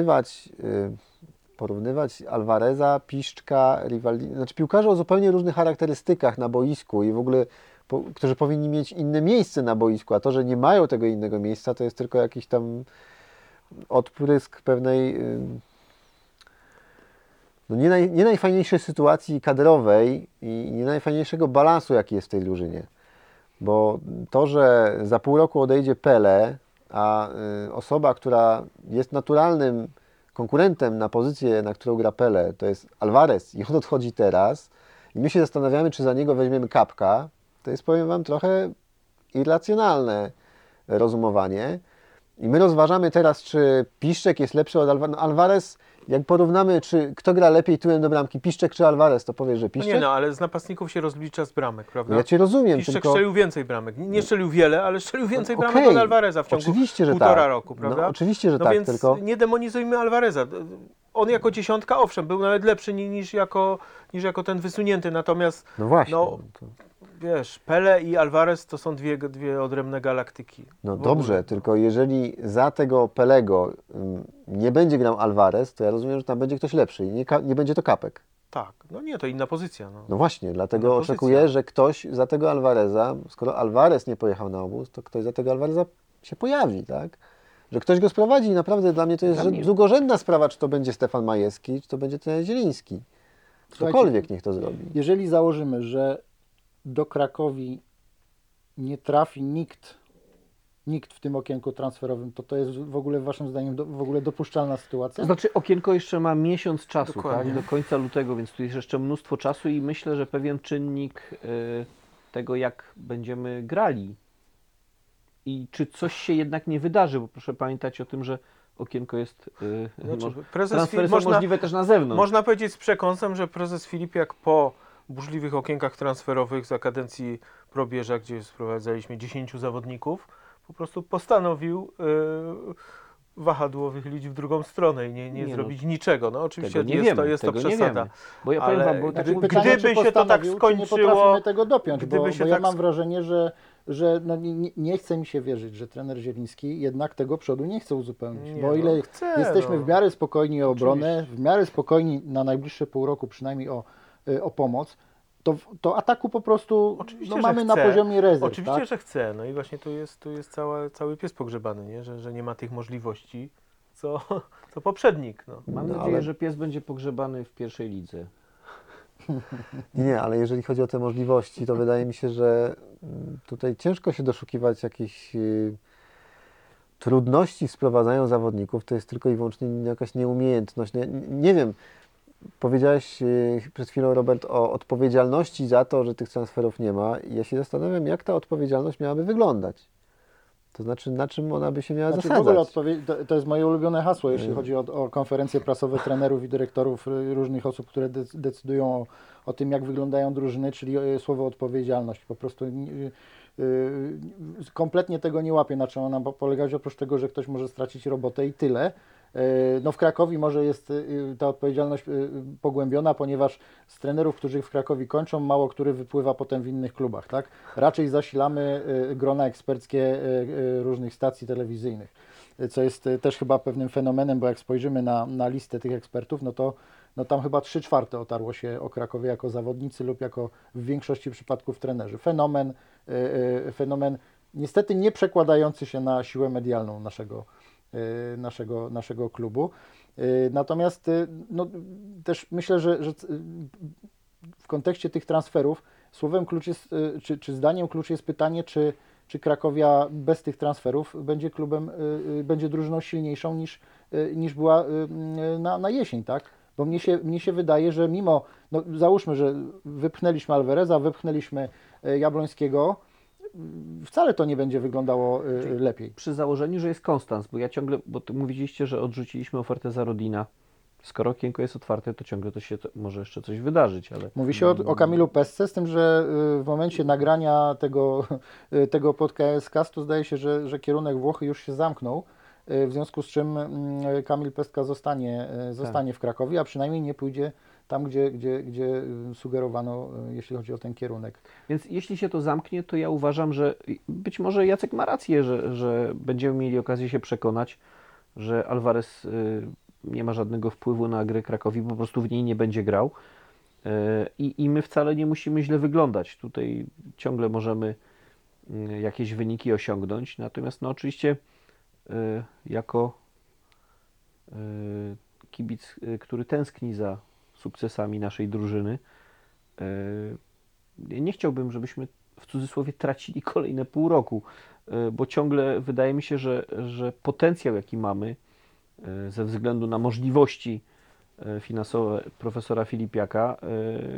porównywać Alvareza, Piszczka, Rivaldinho, znaczy piłkarze o zupełnie różnych charakterystykach na boisku i w ogóle, którzy powinni mieć inne miejsce na boisku, a to, że nie mają tego innego miejsca, to jest tylko jakiś tam odprysk pewnej no nie najfajniejszej sytuacji kadrowej i nie najfajniejszego balansu, jaki jest w tej drużynie. Bo to, że za pół roku odejdzie Pele, a osoba, która jest naturalnym konkurentem na pozycję, na którą gra Pele, to jest Alvarez i on odchodzi teraz i my się zastanawiamy, czy za niego weźmiemy Kapka, to jest, powiem Wam, trochę irracjonalne rozumowanie. I my rozważamy teraz, czy Piszczek jest lepszy od Alvarez. No Alvarez, jak porównamy, czy kto gra lepiej tyłem do bramki, Piszczek czy Alvarez, to powiesz, że No Piszczek? nie, no ale z napastników się rozlicza z bramek, prawda? Ja Cię rozumiem, Piszczek tylko... strzelił więcej bramek. Nie strzelił wiele, ale strzelił więcej bramek Okej, od Alvareza w ciągu oczywiście, że półtora tak. roku, prawda? No, oczywiście, że No tak, więc tylko... nie demonizujmy Alvareza. On jako dziesiątka, owszem, był nawet lepszy niż jako ten wysunięty, natomiast No właśnie. no, to... wiesz, Pele i Alvarez to są dwie odrębne galaktyki. No W dobrze, ogóle. tylko jeżeli za tego Pelego nie będzie grał Alvarez, to ja rozumiem, że tam będzie ktoś lepszy i nie będzie to Kapek. Tak, no nie, to inna pozycja. No. No właśnie, dlatego Inna pozycja. oczekuję, że ktoś za tego Alvareza, skoro Alvarez nie pojechał na obóz, to ktoś za tego Alvareza się pojawi, tak? Że ktoś go sprowadzi i naprawdę dla mnie to jest Dla mnie- drugorzędna sprawa, czy to będzie Stefan Majewski, czy to będzie ten Zieliński. Ktokolwiek niech to zrobi. Jeżeli założymy, że do Krakowi nie trafi nikt w tym okienku transferowym, to jest w ogóle waszym zdaniem w ogóle dopuszczalna sytuacja? To znaczy okienko jeszcze ma miesiąc czasu, Dokładnie. tak, do końca lutego, więc tu jest jeszcze mnóstwo czasu i myślę, że pewien czynnik tego, jak będziemy grali i czy coś się jednak nie wydarzy, bo proszę pamiętać o tym, że okienko jest, Znaczy, prezes transfery Filip, są możliwe też na zewnątrz. Można powiedzieć z przekąsem, że prezes Filipiak po burzliwych okienkach transferowych za kadencji Probierza, gdzie sprowadzaliśmy 10 zawodników, po prostu postanowił wahadło wychylić w drugą stronę i nie Nie no, zrobić niczego. No oczywiście Tego nie jest wiemy, to, jest to tego nie przesada. wiemy. Bo ja powiem Ale wam, bo tak gdyby- mówię, Pytanie, gdyby czy się to tak postanowił, czy skończyło- nie potrafimy tego dopiąć, gdyby bo się ja tak mam sk- wrażenie, że no nie chce mi się wierzyć, że trener Zieliński jednak tego przodu nie chce uzupełnić. Nie, bo o no, ile chce, jesteśmy no. w miarę spokojni o obronę, Oczywiście. w miarę spokojni na najbliższe pół roku przynajmniej o pomoc, to ataku po prostu Oczywiście, no, że mamy na chce. poziomie rezerw. Oczywiście, tak? że chce. No i właśnie tu jest cały pies pogrzebany, nie? Że nie ma tych możliwości, co poprzednik. No. mam No, nadzieję, ale- że pies będzie pogrzebany w pierwszej lidze. Nie, ale jeżeli chodzi o te możliwości, to wydaje mi się, że tutaj ciężko się doszukiwać jakichś trudności w sprowadzaniu zawodników. To jest tylko i wyłącznie jakaś nieumiejętność. No, nie wiem, powiedziałeś przed chwilą, Robert, o odpowiedzialności za to, że tych transferów nie ma. I ja się zastanawiam, jak ta odpowiedzialność miałaby wyglądać. To znaczy, na czym ona by się miała Znaczy, w zasadzać? ogóle to jest moje ulubione hasło, jeśli chodzi o konferencje prasowe trenerów i dyrektorów różnych osób, które decydują o tym, jak wyglądają drużyny, czyli słowo odpowiedzialność. Po prostu kompletnie tego nie łapię, na czym ona ma polegać, oprócz tego, że ktoś może stracić robotę i tyle. No w Krakowie może jest ta odpowiedzialność pogłębiona, ponieważ z trenerów, którzy w Krakowie kończą, mało który wypływa potem w innych klubach, tak? Raczej zasilamy grona eksperckie różnych stacji telewizyjnych, co jest też chyba pewnym fenomenem, bo jak spojrzymy na listę tych ekspertów, no tam chyba 3/4 otarło się o Krakowie jako zawodnicy lub jako w większości przypadków trenerzy. Fenomen niestety nie przekładający się na siłę medialną naszego klubu. Natomiast no, też myślę, że w kontekście tych transferów słowem klucz jest, czy zdaniem klucz jest pytanie, czy Krakowia bez tych transferów będzie klubem, będzie drużyną silniejszą niż była na jesień, tak? Bo mnie się wydaje, że mimo, no załóżmy, że wypchnęliśmy Alvareza, wypchnęliśmy Jabłońskiego, wcale to nie będzie wyglądało lepiej. Przy założeniu, że jest konstans, bo ja ciągle, bo tu mówiliście, że odrzuciliśmy ofertę za Rodina. Skoro okienko jest otwarte, to ciągle może jeszcze coś wydarzyć, ale Mówi się o Kamilu Pesce, z tym, że w momencie nagrania tego podcastu zdaje się, że kierunek Włochy już się zamknął, w związku z czym Kamil Pestka zostanie w Krakowie, a przynajmniej nie pójdzie tam, gdzie sugerowano, jeśli chodzi o ten kierunek. Więc jeśli się to zamknie, to ja uważam, że być może Jacek ma rację, że będziemy mieli okazję się przekonać, że Alvarez nie ma żadnego wpływu na grę Krakowi, po prostu w niej nie będzie grał. I my wcale nie musimy źle wyglądać. Tutaj ciągle możemy jakieś wyniki osiągnąć. Natomiast no oczywiście jako kibic, który tęskni za sukcesami naszej drużyny, nie chciałbym, żebyśmy w cudzysłowie tracili kolejne pół roku, bo ciągle wydaje mi się, że potencjał, jaki mamy ze względu na możliwości finansowe profesora Filipiaka,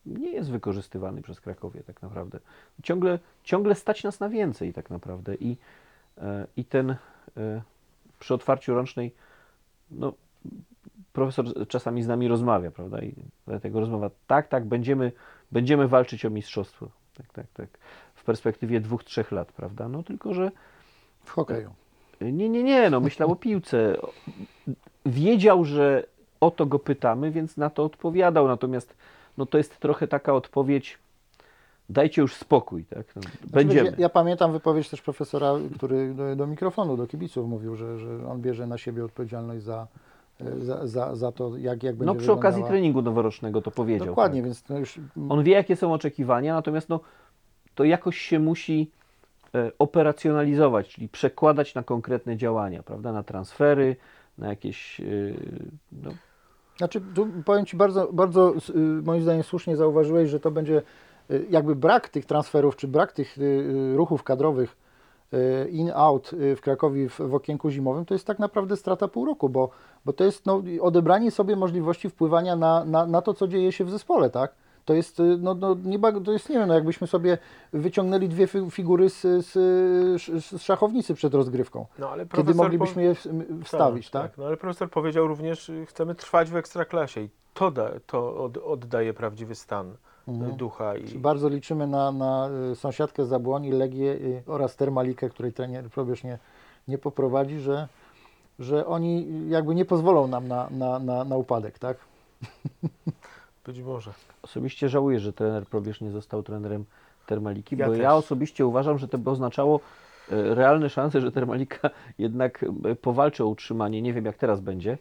nie jest wykorzystywany przez Krakowię tak naprawdę. Ciągle stać nas na więcej tak naprawdę i ten przy otwarciu rocznej, no, profesor czasami z nami rozmawia, prawda, i dlatego rozmowa, tak, będziemy walczyć o mistrzostwo, tak, w perspektywie 2-3 lat, prawda, no tylko, że W hokeju. nie, no myślał o piłce. Wiedział, że o to go pytamy, więc na to odpowiadał. Natomiast no to jest trochę taka odpowiedź, dajcie już spokój, tak? No, będziemy. Ja pamiętam wypowiedź też profesora, który do mikrofonu, do kibiców mówił, że on bierze na siebie odpowiedzialność za to, jak będzie No przy okazji wyglądała. treningu noworocznego to powiedział. Dokładnie, tak. więc to już On wie, jakie są oczekiwania, natomiast no, to jakoś się musi operacjonalizować, czyli przekładać na konkretne działania, prawda? Na transfery, na jakieś... No, Znaczy, tu powiem Ci bardzo moim zdaniem słusznie zauważyłeś, że to będzie jakby brak tych transferów, czy brak tych ruchów kadrowych in-out w Krakowie w okienku zimowym, to jest tak naprawdę strata pół roku, bo to jest odebranie sobie możliwości wpływania na to, co dzieje się w zespole, tak? To jest, nie wiem, jakbyśmy sobie wyciągnęli dwie figury z szachownicy przed rozgrywką. No, ale Kiedy profesor moglibyśmy je wstawić, tak? No ale profesor powiedział również, chcemy trwać w Ekstraklasie i to oddaje prawdziwy stan ducha. Bardzo liczymy na sąsiadkę z Zabłoni, Legię oraz Termalikę, której trener Probierz nie poprowadzi, że oni jakby nie pozwolą nam na upadek, tak? Być może. Osobiście żałuję, że trener Probierz nie został trenerem Termaliki, Ja bo też. ja osobiście uważam, że to by oznaczało realne szanse, że Termalika jednak powalczy o utrzymanie. Nie wiem, jak teraz będzie.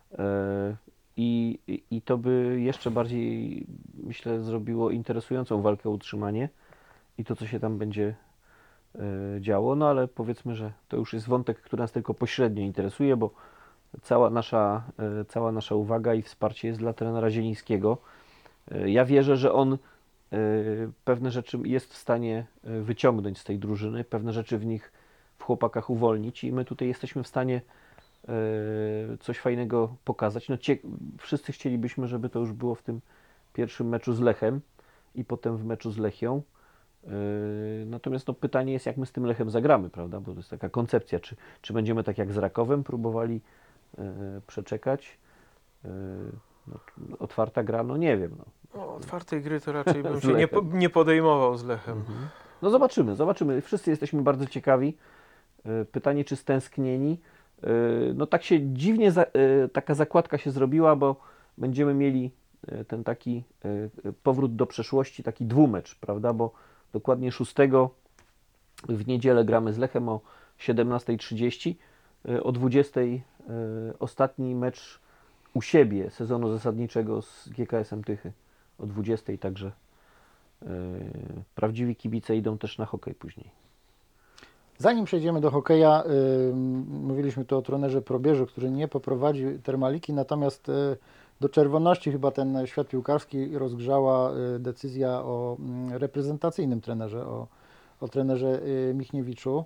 I to by jeszcze bardziej, myślę, zrobiło interesującą walkę o utrzymanie i to, co się tam będzie działo. No ale powiedzmy, że to już jest wątek, który nas tylko pośrednio interesuje, bo cała nasza uwaga i wsparcie jest dla trenera Zielińskiego. Ja wierzę, że on pewne rzeczy jest w stanie wyciągnąć z tej drużyny, pewne rzeczy w chłopakach uwolnić i my tutaj jesteśmy w stanie coś fajnego pokazać. No, wszyscy chcielibyśmy, żeby to już było w tym pierwszym meczu z Lechem i potem w meczu z Lechią. Natomiast no, pytanie jest, jak my z tym Lechem zagramy, prawda? Bo to jest taka koncepcja, czy będziemy tak jak z Rakowem próbowali przeczekać. No, otwarta gra, no nie wiem. No. No, otwartej gry to raczej bym Z się Lechem. nie podejmował z Lechem. No zobaczymy. Wszyscy jesteśmy bardzo ciekawi. Pytanie, czy stęsknieni. No tak się dziwnie, taka zakładka się zrobiła, bo będziemy mieli ten taki powrót do przeszłości, taki dwumecz, prawda? Bo dokładnie 6 w niedzielę gramy z Lechem o 17:30. O 20:00 ostatni mecz u siebie sezonu zasadniczego z GKS-em Tychy o 20:00, także prawdziwi kibice idą też na hokej później. Zanim przejdziemy do hokeja, mówiliśmy tu o trenerze Probierzu, który nie poprowadzi Termaliki, natomiast do czerwoności chyba ten świat piłkarski rozgrzała decyzja o reprezentacyjnym trenerze, o trenerze Michniewiczu.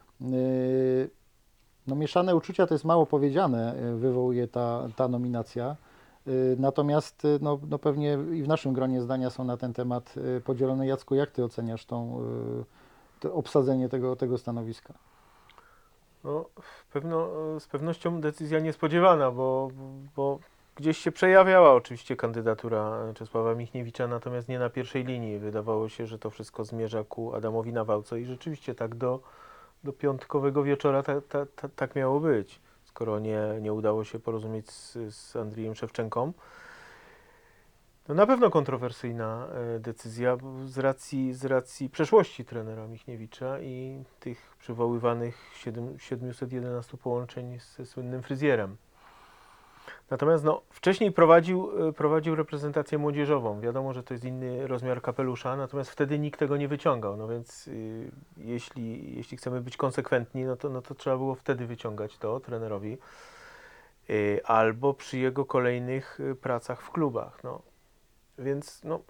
No, mieszane uczucia to jest mało powiedziane, wywołuje ta nominacja. Natomiast no pewnie i w naszym gronie zdania są na ten temat podzielone. Jacku, jak Ty oceniasz to obsadzenie tego stanowiska? No, z pewnością decyzja niespodziewana, bo gdzieś się przejawiała oczywiście kandydatura Czesława Michniewicza, natomiast nie na pierwszej linii. Wydawało się, że to wszystko zmierza ku Adamowi Nawałce i rzeczywiście tak do piątkowego wieczora tak miało być, skoro nie udało się porozumieć z Andrijem Szewczenką. No na pewno kontrowersyjna decyzja z racji przeszłości trenera Michniewicza i tych przywoływanych 711 połączeń ze słynnym fryzjerem. Natomiast no, wcześniej prowadził reprezentację młodzieżową. Wiadomo, że to jest inny rozmiar kapelusza, natomiast wtedy nikt tego nie wyciągał. No więc jeśli chcemy być konsekwentni, no to trzeba było wtedy wyciągać to trenerowi albo przy jego kolejnych pracach w klubach. No. Więc no,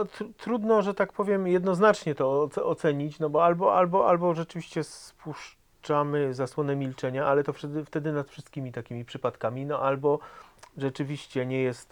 trudno, że tak powiem, jednoznacznie to ocenić, no bo albo rzeczywiście puszczamy zasłonę milczenia, ale to wtedy nad wszystkimi takimi przypadkami, no albo rzeczywiście nie jest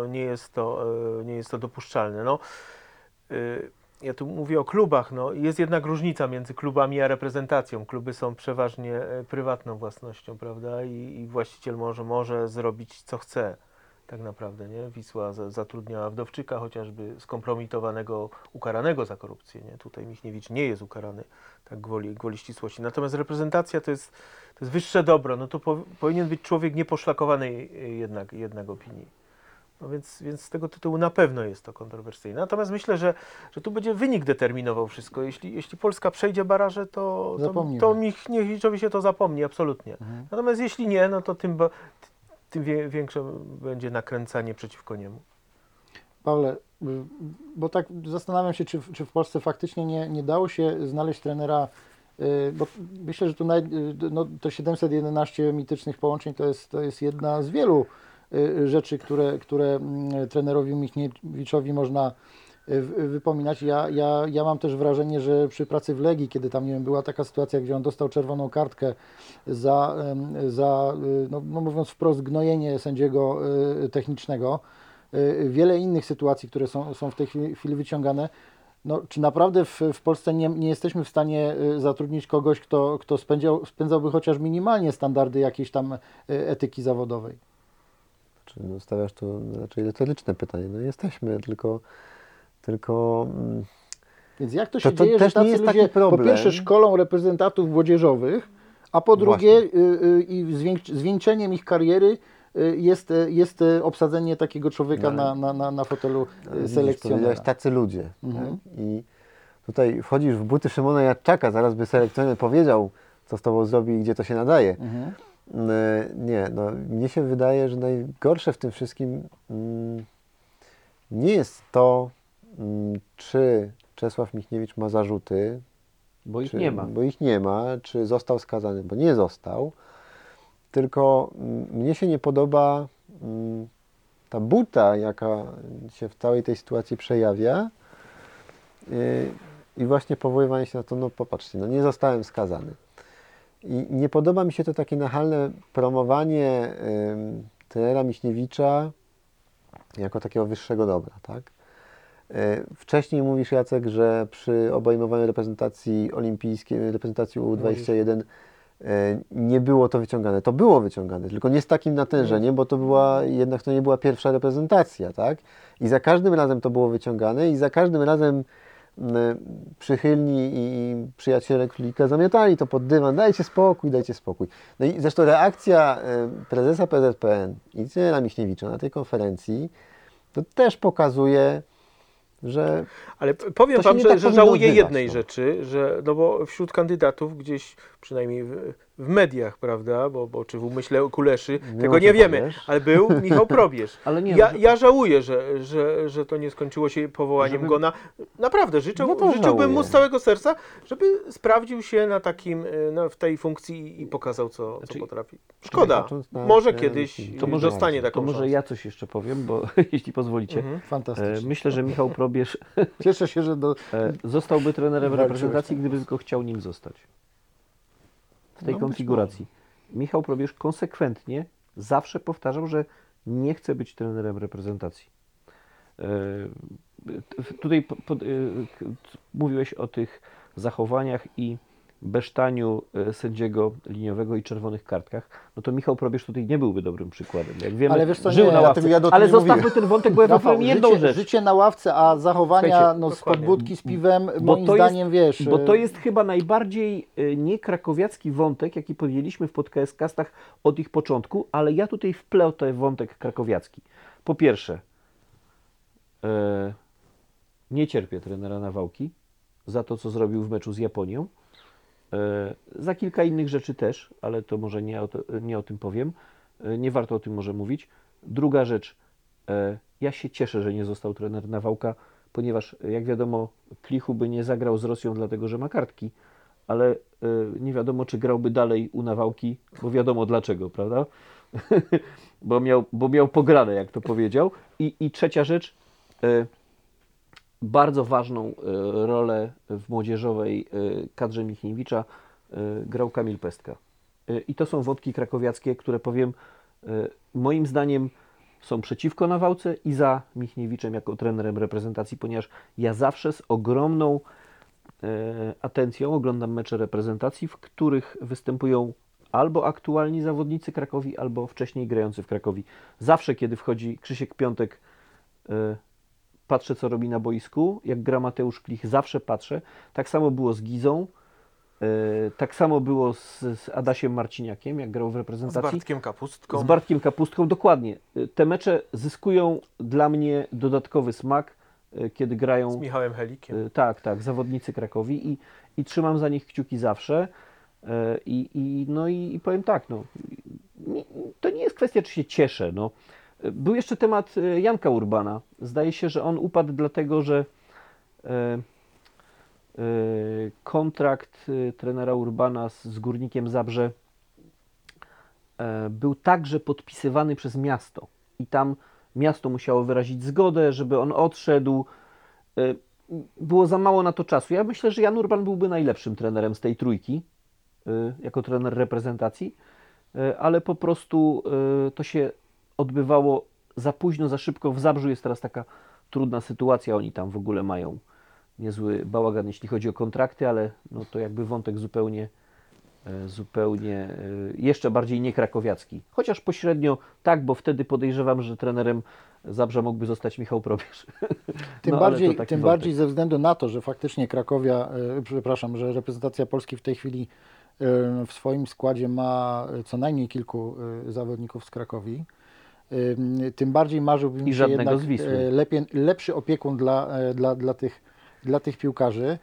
to dopuszczalne. No, ja tu mówię o klubach, no, jest jednak różnica między klubami a reprezentacją. Kluby są przeważnie prywatną własnością, prawda, i właściciel może zrobić co chce. Tak naprawdę, nie? Wisła zatrudniała Wdowczyka, chociażby skompromitowanego, ukaranego za korupcję, nie? Tutaj Michniewicz nie jest ukarany, tak gwoli ścisłości. Natomiast reprezentacja to jest wyższe dobro, no to powinien być człowiek nieposzlakowany jednak opinii. No więc z tego tytułu na pewno jest to kontrowersyjne. Natomiast myślę, że tu będzie wynik determinował wszystko. Jeśli Polska przejdzie baraże, to Michniewiczowi się to zapomni, absolutnie. Natomiast jeśli nie, no to tym większe będzie nakręcanie przeciwko niemu. Pawle, bo tak zastanawiam się, czy w Polsce faktycznie nie dało się znaleźć trenera, bo myślę, że tu to 711 mitycznych połączeń to jest jedna z wielu rzeczy, które trenerowi Michniewiczowi można wypominać. Ja mam też wrażenie, że przy pracy w Legii, kiedy tam, nie wiem, była taka sytuacja, gdzie on dostał czerwoną kartkę za no mówiąc wprost, gnojenie sędziego technicznego, wiele innych sytuacji, które są w tej chwili wyciągane. No, czy naprawdę w Polsce nie jesteśmy w stanie zatrudnić kogoś, kto spędzałby chociaż minimalnie standardy jakiejś tam etyki zawodowej? Czy stawiasz tu raczej retoryczne pytanie? No jesteśmy, tylko Więc jak to się dzieje, że tacy ludzie po pierwsze szkolą reprezentantów młodzieżowych, a po drugie i zwieńczeniem ich kariery jest obsadzenie takiego człowieka na fotelu selekcjonera. Tacy ludzie. Tak? I tutaj wchodzisz w buty Szymona Jadczaka, zaraz by selekcjoner powiedział, co z tobą zrobi i gdzie to się nadaje. Nie, no mnie się wydaje, że najgorsze w tym wszystkim nie jest to, czy Czesław Michniewicz ma zarzuty, bo ich nie ma, czy został skazany, bo nie został, tylko mnie się nie podoba ta buta, jaka się w całej tej sytuacji przejawia i właśnie powoływanie się na to, no popatrzcie, no nie zostałem skazany. I nie podoba mi się to takie nachalne promowanie trenera Michniewicza jako takiego wyższego dobra, tak? Wcześniej mówisz, Jacek, że przy obejmowaniu reprezentacji olimpijskiej, reprezentacji U21 nie było to wyciągane. To było wyciągane, tylko nie z takim natężeniem, bo to nie była pierwsza reprezentacja, tak? I za każdym razem to było wyciągane i za każdym razem przychylni i przyjaciele królika zamiatali to pod dywan, dajcie spokój. No i zresztą reakcja prezesa PZPN i trenera Michniewicza na tej konferencji to też pokazuje, że... Ale powiem wam, że żałuję jednej rzeczy, że no bo wśród kandydatów gdzieś, przynajmniej w mediach, prawda, bo czy w umyśle Kuleszy, tego nie wiemy, ale był Michał Probierz. Ale nie, ja żałuję, że to nie skończyło się powołaniem go na... Naprawdę, życzyłbym mu z całego serca, żeby sprawdził się na takim, w tej funkcji i pokazał, co potrafi. Szkoda, może kiedyś dostanie taką szansę. To może ja coś jeszcze powiem, bo jeśli pozwolicie. Fantastycznie. Myślę, że Michał Probierz Cieszę się, że zostałby trenerem reprezentacji, gdyby tylko chciał nim zostać. W tej konfiguracji. Michał Probierz konsekwentnie zawsze powtarzał, że nie chce być trenerem reprezentacji. Tutaj mówiłeś o tych zachowaniach i besztaniu sędziego liniowego i czerwonych kartkach, no to Michał Probierz tutaj nie byłby dobrym przykładem. Jak wiemy, ale wiesz co, żył na ławce. Ale zostawmy ten wątek, bo ja powiem jedną rzecz. Życie na ławce, a zachowania spod budki z piwem, moim zdaniem, wiesz... Bo to jest chyba najbardziej niekrakowiacki wątek, jaki podjęliśmy w podcastach od ich początku, ale ja tutaj wplotę wątek krakowiacki. Po pierwsze, nie cierpię trenera Nawałki za to, co zrobił w meczu z Japonią. Za kilka innych rzeczy też, ale to może nie o tym powiem. Nie warto o tym może mówić. Druga rzecz, ja się cieszę, że nie został trener Nawałka, ponieważ jak wiadomo Klichu by nie zagrał z Rosją dlatego, że ma kartki, ale nie wiadomo, czy grałby dalej u Nawałki, bo wiadomo dlaczego, prawda? bo miał pograne, jak to powiedział. I trzecia rzecz, bardzo ważną rolę w młodzieżowej kadrze Michniewicza grał Kamil Pestka. I to są wątki krakowiackie, które powiem, moim zdaniem są przeciwko Nawałce i za Michniewiczem jako trenerem reprezentacji, ponieważ ja zawsze z ogromną atencją oglądam mecze reprezentacji, w których występują albo aktualni zawodnicy Krakowi, albo wcześniej grający w Krakowi. Zawsze, kiedy wchodzi Krzysiek Piątek, patrzę, co robi na boisku. Jak gra Mateusz Klich, zawsze patrzę. Tak samo było z Gizą, tak samo było z Adasiem Marciniakiem, jak grał w Z reprezentacji. Bartkiem Kapustką. Z Bartkiem Kapustką, dokładnie. Te mecze zyskują dla mnie dodatkowy smak, kiedy grają Z Michałem Helikiem. tak, zawodnicy Krakowi i trzymam za nich kciuki zawsze. I powiem tak, no, to nie jest kwestia, czy się cieszę. No. Był jeszcze temat Janka Urbana. Zdaje się, że on upadł dlatego, że kontrakt trenera Urbana z Górnikiem Zabrze był także podpisywany przez miasto. I tam miasto musiało wyrazić zgodę, żeby on odszedł. Było za mało na to czasu. Ja myślę, że Jan Urban byłby najlepszym trenerem z tej trójki, jako trener reprezentacji, ale po prostu to się odbywało za późno, za szybko. W Zabrzu jest teraz taka trudna sytuacja. Oni tam w ogóle mają niezły bałagan, jeśli chodzi o kontrakty, ale no to jakby wątek zupełnie jeszcze bardziej niekrakowiacki. Chociaż pośrednio tak, bo wtedy podejrzewam, że trenerem Zabrza mógłby zostać Michał Probierz. Tym, No, ale to taki tym wątek. bardziej ze względu na to, że faktycznie że reprezentacja Polski w tej chwili w swoim składzie ma co najmniej kilku zawodników z Krakowi. Tym bardziej marzyłbym I się żadnego jednak z Wisły. lepszy opiekun dla tych piłkarzy.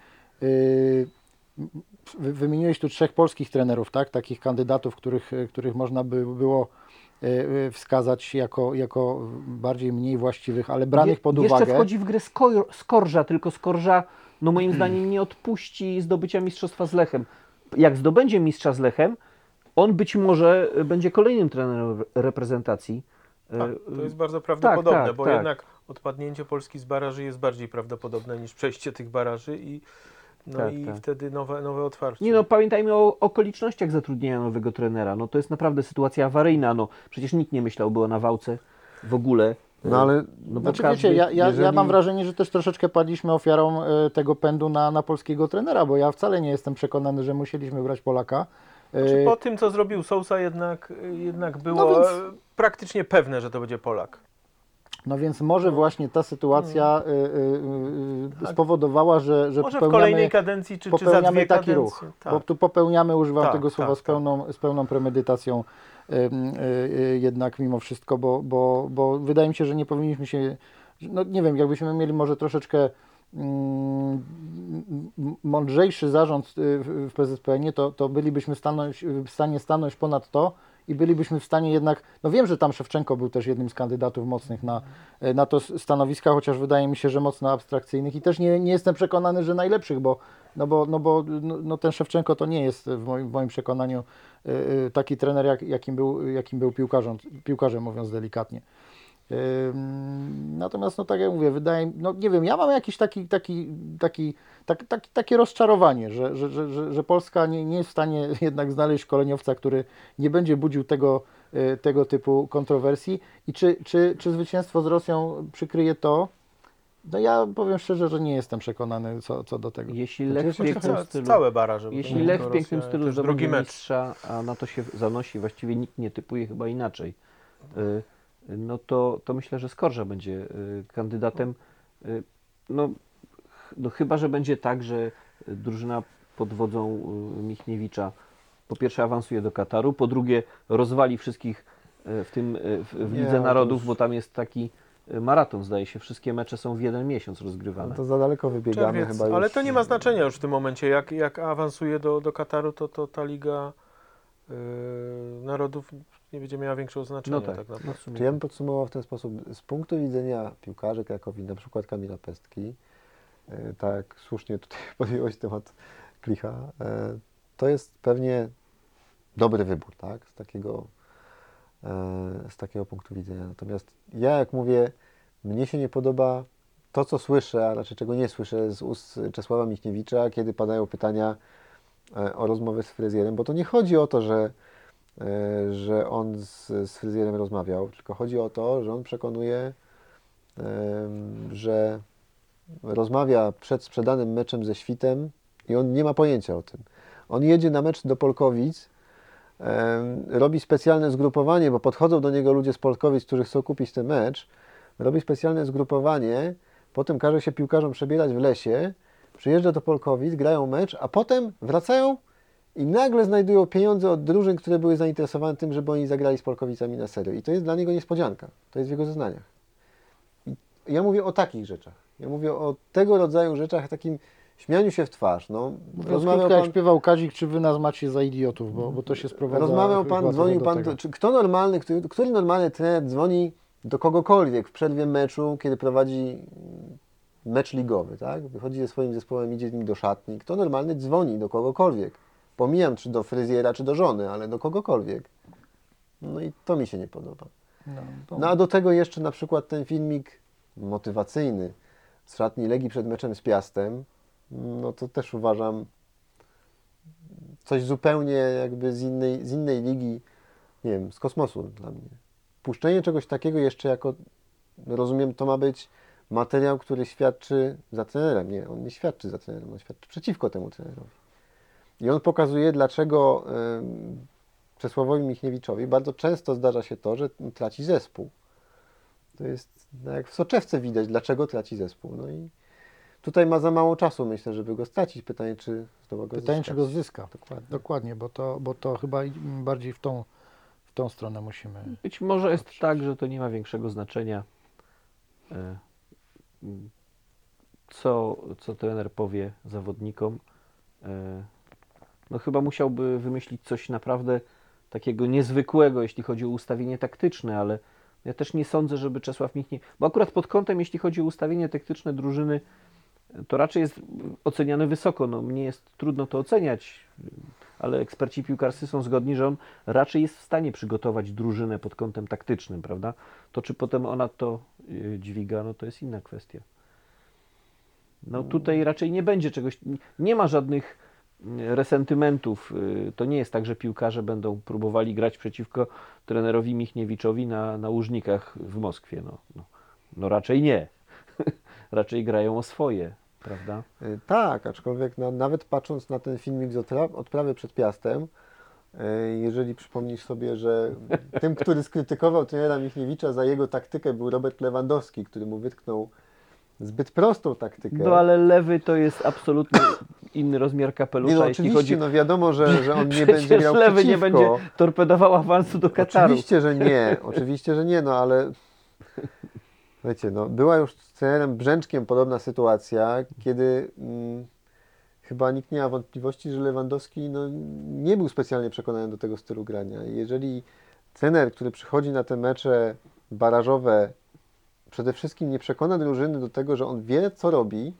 Wymieniłeś tu 3 polskich trenerów, tak? Takich kandydatów, których można by było wskazać jako bardziej mniej właściwych, ale branych pod uwagę. Jeszcze wchodzi w grę Skorża, tylko Skorża, no moim zdaniem, nie odpuści zdobycia mistrzostwa z Lechem. Jak zdobędzie mistrza z Lechem, on być może będzie kolejnym trenerem reprezentacji. Tak, to jest bardzo prawdopodobne, tak, bo tak. jednak odpadnięcie Polski z baraży jest bardziej prawdopodobne niż przejście tych baraży i Tak. wtedy nowe otwarcie. Nie no, pamiętajmy o okolicznościach zatrudnienia nowego trenera. No to jest naprawdę sytuacja awaryjna. No przecież nikt nie myślałby o Nawałce w ogóle. No ale No bo Znaczy każdy, wiecie, ja jeżeli- mam wrażenie, że też troszeczkę padliśmy ofiarą tego pędu na polskiego trenera, bo ja wcale nie jestem przekonany, że musieliśmy brać Polaka. Czy po tym, co zrobił Sousa, jednak było No więc- praktycznie pewne, że to będzie Polak. No więc może właśnie ta sytuacja spowodowała, że Może w kolejnej kadencji, czy za popełniamy 2 taki kadencje. ruch. Tak. Bo tu popełniamy, używam Tak, tego słowa tak, z pełną premedytacją jednak mimo wszystko, bo wydaje mi się, że nie powinniśmy się, no nie wiem, jakbyśmy mieli może troszeczkę mądrzejszy zarząd w PZPN-ie, to bylibyśmy w stanie stanąć ponad to i bylibyśmy w stanie jednak, no wiem, że tam Szewczenko był też jednym z kandydatów mocnych na to stanowiska, chociaż wydaje mi się, że mocno abstrakcyjnych i też nie jestem przekonany, że najlepszych, bo ten Szewczenko to nie jest w moim przekonaniu taki trener, jakim był piłkarzem, mówiąc delikatnie. Natomiast, no tak jak mówię, no nie wiem, ja mam jakiś takie rozczarowanie, że Polska nie jest w stanie jednak znaleźć szkoleniowca, który nie będzie budził tego typu kontrowersji i czy zwycięstwo z Rosją przykryje to? No ja powiem szczerze, że nie jestem przekonany co do tego. Jeśli Lech w jest pięknym trochę stylu, Całe baraże. bo to jeśli nie Lech tylko w pięknym Rosja, stylu też drugi zdobędzie mecz. mistrza, a na to się zanosi, właściwie nikt nie typuje chyba inaczej, no to myślę, że Skorża będzie kandydatem. No chyba, że będzie tak, że drużyna pod wodzą Michniewicza po pierwsze awansuje do Kataru, po drugie rozwali wszystkich w Nie, Lidze ale to Narodów, już- bo tam jest taki maraton, zdaje się, wszystkie mecze są w jeden miesiąc rozgrywane. to za daleko wybiegamy Czerwiec, chyba już. ale to nie ma znaczenia już w tym momencie. Jak awansuje do Kataru, to ta Liga Narodów nie będzie miała większego znaczenia. No tak, tak naprawdę. no w sumie Czy ja bym tak. podsumował w ten sposób, z punktu widzenia piłkarzy Krakowi, na przykład Kamila Pestki, tak jak słusznie tutaj podjąłeś temat Klicha, to jest pewnie dobry wybór, tak, z takiego punktu widzenia. Natomiast ja, jak mówię, mnie się nie podoba to, co słyszę, a raczej czego nie słyszę z ust Czesława Michniewicza, kiedy padają pytania, o rozmowę z fryzjerem, bo to nie chodzi o to, że on z fryzjerem rozmawiał, tylko chodzi o to, że on przekonuje, że rozmawia przed sprzedanym meczem ze Świtem i on nie ma pojęcia o tym. On jedzie na mecz do Polkowic, robi specjalne zgrupowanie, bo podchodzą do niego ludzie z Polkowic, którzy chcą kupić ten mecz, robi specjalne zgrupowanie, potem każe się piłkarzom przebierać w lesie, przyjeżdża do Polkowic, grają mecz, a potem wracają i nagle znajdują pieniądze od drużyn, które były zainteresowane tym, żeby oni zagrali z Polkowicami na serio. I to jest dla niego niespodzianka. To jest w jego zeznaniach. I ja mówię o takich rzeczach. Ja mówię o tego rodzaju rzeczach, takim śmianiu się w twarz. No, Rozmawiał jak śpiewał Kazik, czy wy nas macie za idiotów, bo to się sprowadza... Rozmawiał chyba pan, trochę dzwonił do pan, tego. czy który normalny trener dzwoni do kogokolwiek w przerwie meczu, kiedy prowadzi mecz ligowy, tak? Wychodzi ze swoim zespołem, idzie z nim do szatni. Kto normalny dzwoni do kogokolwiek? Pomijam, czy do fryzjera, czy do żony, ale do kogokolwiek. No i to mi się nie podoba. No a do tego jeszcze na przykład ten filmik motywacyjny z szatni Legii przed meczem z Piastem, no to też uważam coś zupełnie jakby z innej ligi, nie wiem, z kosmosu dla mnie. Puszczenie czegoś takiego jeszcze jako, rozumiem, to ma być materiał, który świadczy za trenerem. Nie, on nie świadczy za trenerem, on świadczy przeciwko temu trenerowi. I on pokazuje, dlaczego Czesławowi Michniewiczowi bardzo często zdarza się to, że traci zespół. To jest, no jak w soczewce widać, dlaczego traci zespół. No i tutaj ma za mało czasu, myślę, żeby go stracić. Pytanie, czy zdoła go Pytanie, zyskać. czy go zyska. Dokładnie. Dokładnie, bo to chyba bardziej w tą stronę musimy... Być może jest tak, że to nie ma większego znaczenia, co trener powie zawodnikom. No chyba musiałby wymyślić coś naprawdę takiego niezwykłego, jeśli chodzi o ustawienie taktyczne, ale ja też nie sądzę, żeby Czesław Michniewicz... Bo akurat pod kątem, jeśli chodzi o ustawienie taktyczne drużyny, to raczej jest oceniany wysoko. No, mnie jest trudno to oceniać, ale eksperci piłkarscy są zgodni, że on raczej jest w stanie przygotować drużynę pod kątem taktycznym, prawda? To czy potem ona to dźwiga, no to jest inna kwestia. No tutaj raczej nie będzie czegoś, nie ma żadnych resentymentów. To nie jest tak, że piłkarze będą próbowali grać przeciwko trenerowi Michniewiczowi na Łużnikach w Moskwie. No raczej nie. Raczej grają o swoje, prawda? Tak, aczkolwiek nawet patrząc na ten filmik z odprawy przed Piastem, jeżeli przypomnisz sobie, że tym, który skrytykował trenera Michniewicza za jego taktykę, był Robert Lewandowski, który mu wytknął zbyt prostą taktykę. No ale lewy to jest absolutnie inny rozmiar kapelusza, Nie, no, jeśli oczywiście, chodzi... no wiadomo, że on nie Przecież będzie grał lewy przeciwko. nie będzie torpedował awansu do Kataru. Oczywiście, że nie, no ale wiecie, no, była już z trenerem Brzęczkiem podobna sytuacja, kiedy chyba nikt nie ma wątpliwości, że Lewandowski no, nie był specjalnie przekonany do tego stylu grania. I jeżeli trener, który przychodzi na te mecze barażowe, przede wszystkim nie przekona drużyny do tego, że on wie, co robi,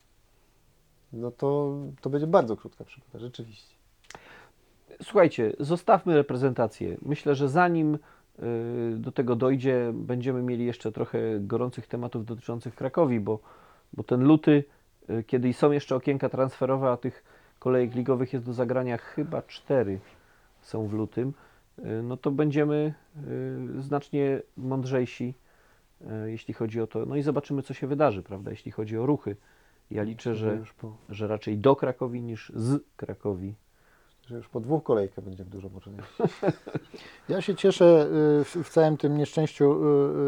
no to będzie bardzo krótka przygoda, rzeczywiście. Słuchajcie, zostawmy reprezentację. Myślę, że zanim do tego dojdzie, będziemy mieli jeszcze trochę gorących tematów dotyczących Krakowi, bo ten luty, kiedy są jeszcze okienka transferowe, a tych kolejek ligowych jest do zagrania chyba 4 są w lutym, no to będziemy znacznie mądrzejsi, jeśli chodzi o to. No i zobaczymy, co się wydarzy, prawda, jeśli chodzi o ruchy. Ja liczę, że raczej do Krakowi niż z Krakowi. Że już po 2 kolejkach będzie dużo możliwości. Ja się cieszę w całym tym nieszczęściu,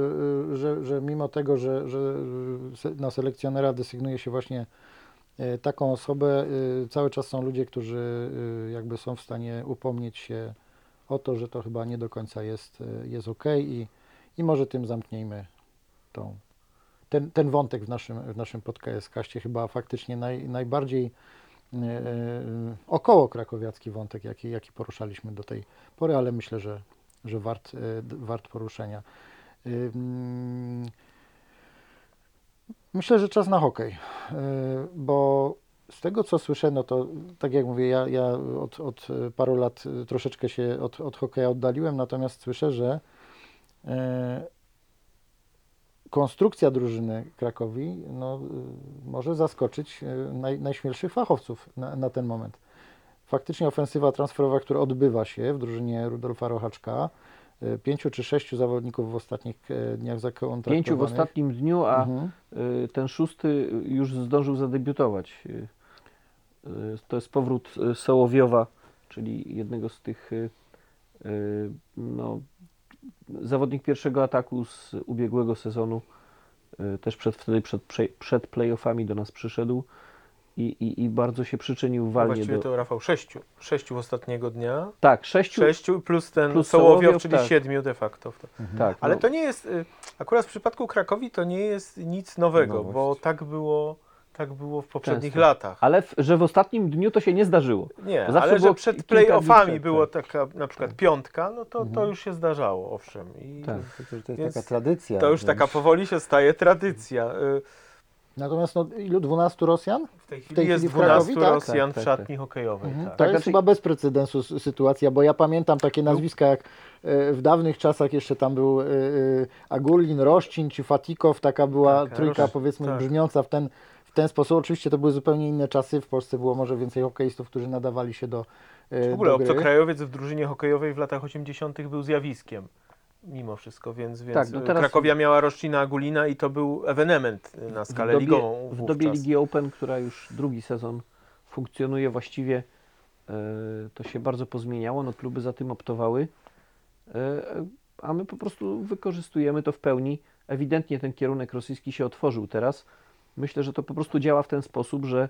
że mimo tego, że na selekcjonera desygnuje się właśnie taką osobę, cały czas są ludzie, którzy jakby są w stanie upomnieć się o to, że to chyba nie do końca jest ok i może tym zamknięjmy ten wątek w naszym podcaście, chyba faktycznie najbardziej około krakowiacki wątek, jaki poruszaliśmy do tej pory, ale myślę, że wart poruszenia. Myślę, że czas na hokej, bo z tego, co słyszę, no to tak jak mówię, ja od paru lat troszeczkę się od hokeja oddaliłem, natomiast słyszę, że konstrukcja drużyny Krakowi może zaskoczyć najśmielszych fachowców na ten moment. faktycznie ofensywa transferowa, która odbywa się w drużynie Rudolfa Rochaczka. 5 czy 6 zawodników w ostatnich dniach zakontraktowanych. 5 w ostatnim dniu, a Mhm. ten 6 już zdążył zadebiutować. To jest powrót Sołowiowa, czyli jednego z tych no, zawodnik pierwszego ataku z ubiegłego sezonu. Też wtedy przed playoffami do nas przyszedł i bardzo się przyczynił walnie Właściwie do... to Rafał 6 ostatniego dnia. Tak, 6. 6 plus ten plus Sołowiow, Sołowiow, czyli tak. 7 de facto. Tak, Ale no, to nie jest, akurat w przypadku Krakowi to nie jest nic nowego, Nowość. bo tak było w poprzednich Często. latach. ale że w ostatnim dniu to się nie zdarzyło. Nie, Zawsze ale było że przed kilka dni playoffami przed, było tak. taka na przykład piątka, no to już się zdarzało, owszem. I Tak. To jest Więc taka tradycja. to już taka powoli się staje tradycja. Natomiast ilu? 12 Rosjan? W tej chwili tej jest chwili w 12 Krakowi, tak? Rosjan Tak, w tak, szatni hokejowej. Mhm. Tak. To jest znaczy- chyba bez precedensu sytuacja, bo ja pamiętam takie nazwiska jak w dawnych czasach jeszcze tam był Agulin, Roszcin czy Fatikow, taka była Tak, trójka powiedzmy tak. brzmiąca w ten sposób. Oczywiście to były zupełnie inne czasy, w Polsce było może więcej hokeistów, którzy nadawali się do W ogóle do gry. obcokrajowiec w drużynie hokejowej w latach 80. był zjawiskiem. Mimo wszystko, więc Tak, no teraz- Krakowia miała Roszcina Agulina i to był ewenement na skalę ligową W dobie wówczas. Ligi Open, która już drugi sezon funkcjonuje właściwie, to się bardzo pozmieniało, no kluby za tym optowały, a my po prostu wykorzystujemy to w pełni. Ewidentnie ten kierunek rosyjski się otworzył teraz. Myślę, że to po prostu działa w ten sposób, że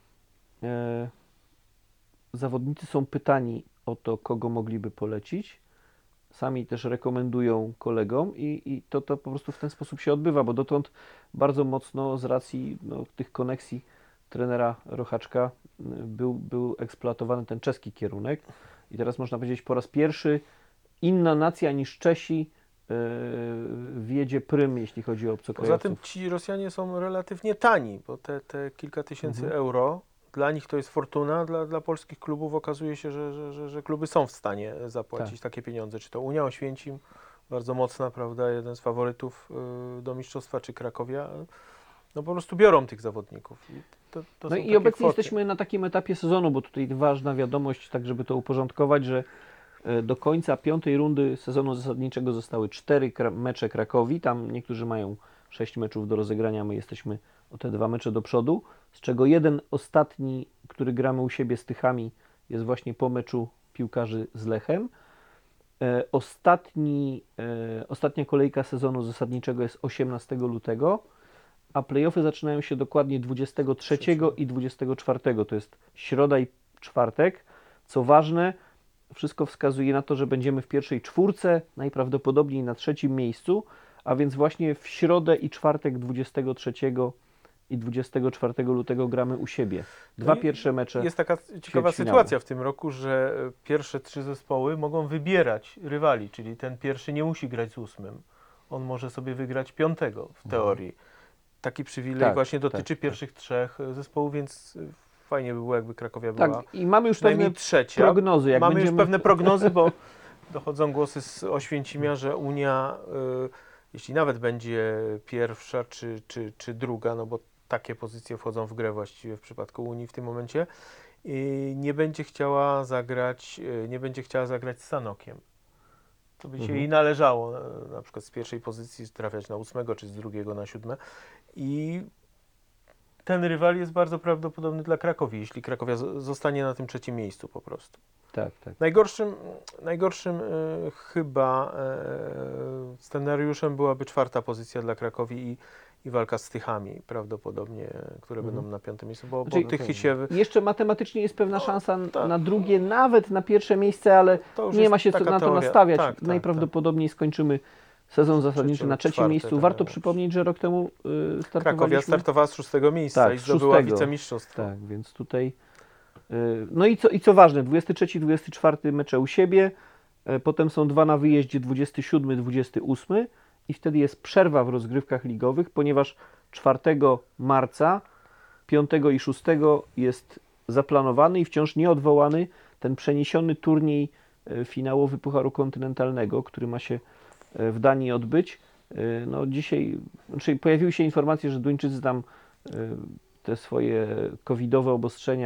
zawodnicy są pytani o to, kogo mogliby polecić. Sami też rekomendują kolegom i to po prostu w ten sposób się odbywa, bo dotąd bardzo mocno z racji tych koneksji trenera Rochaczka był eksploatowany ten czeski kierunek i teraz można powiedzieć po raz pierwszy inna nacja niż Czesi wiedzie prym, jeśli chodzi o Poza obcokrajowców. tym ci Rosjanie są relatywnie tani, bo te kilka tysięcy euro, dla nich to jest fortuna, dla polskich klubów okazuje się, że kluby są w stanie zapłacić takie pieniądze. Czy to Unia Oświęcim, bardzo mocna, prawda, jeden z faworytów do mistrzostwa, czy Krakowia, no po prostu biorą tych zawodników. I to No są i takie obecnie kwoty. jesteśmy na takim etapie sezonu, bo tutaj ważna wiadomość, tak żeby to uporządkować, że do końca 5. rundy sezonu zasadniczego zostały 4 mecze Krakowi. Tam niektórzy mają 6 meczów do rozegrania, my jesteśmy o te 2 mecze do przodu, z czego jeden ostatni, który gramy u siebie z Tychami, jest właśnie po meczu piłkarzy z Lechem. Ostatnia kolejka sezonu zasadniczego jest 18 lutego, a play-offy zaczynają się dokładnie 23 i 24. To jest środa i czwartek. Co ważne, wszystko wskazuje na to, że będziemy w pierwszej czwórce, najprawdopodobniej na 3. miejscu, a więc właśnie w środę i czwartek 23 i 24 lutego gramy u siebie. Dwa No i pierwsze mecze. Jest taka ciekawa ćwierćfinału. sytuacja w tym roku, że pierwsze 3 zespoły mogą wybierać rywali, czyli ten pierwszy nie musi grać z 8. On może sobie wygrać 5 w teorii. Taki przywilej Tak, właśnie dotyczy tak, pierwszych 3 zespołów, więc fajnie by było, jakby Krakowia Tak, była i mamy już przynajmniej pewne trzecia. prognozy. Jak Mamy będziemy... już pewne prognozy, bo dochodzą głosy z Oświęcimia, że Unia, jeśli nawet będzie pierwsza czy druga, no bo takie pozycje wchodzą w grę właściwie w przypadku Unii w tym momencie, nie będzie chciała zagrać z Sanokiem. To by się jej należało na przykład z pierwszej pozycji trafiać na 8 czy z drugiego na 7. I ten rywal jest bardzo prawdopodobny dla Krakowi, jeśli Krakowia zostanie na tym 3. miejscu po prostu. Tak. Najgorszym chyba scenariuszem byłaby 4. pozycja dla Krakowi i walka z Tychami prawdopodobnie, które będą na 5. miejscu, bo Znaczy, Tychy się... Jeszcze matematycznie jest pewna szansa tak. na drugie, nawet na pierwsze miejsce, ale To już nie jest ma się co taka na to teoria. nastawiać. Tak. Najprawdopodobniej skończymy sezon zasadniczy na 3. czwarte, miejscu. tak. Warto przypomnieć, że rok temu startowaliśmy... Krakowia startowała z 6. miejsca Tak, i z zdobyła 6. wicemistrzostwo. Tak, więc tutaj... No i co ważne, 23, 24 mecze u siebie, potem są 2 na wyjeździe, 27, 28 i wtedy jest przerwa w rozgrywkach ligowych, ponieważ 4 marca, 5 i 6 jest zaplanowany i wciąż nieodwołany ten przeniesiony turniej finałowy Pucharu Kontynentalnego, który ma się w Danii odbyć. No dzisiaj, znaczy pojawiły się informacje, że Duńczycy tam te swoje covidowe obostrzenia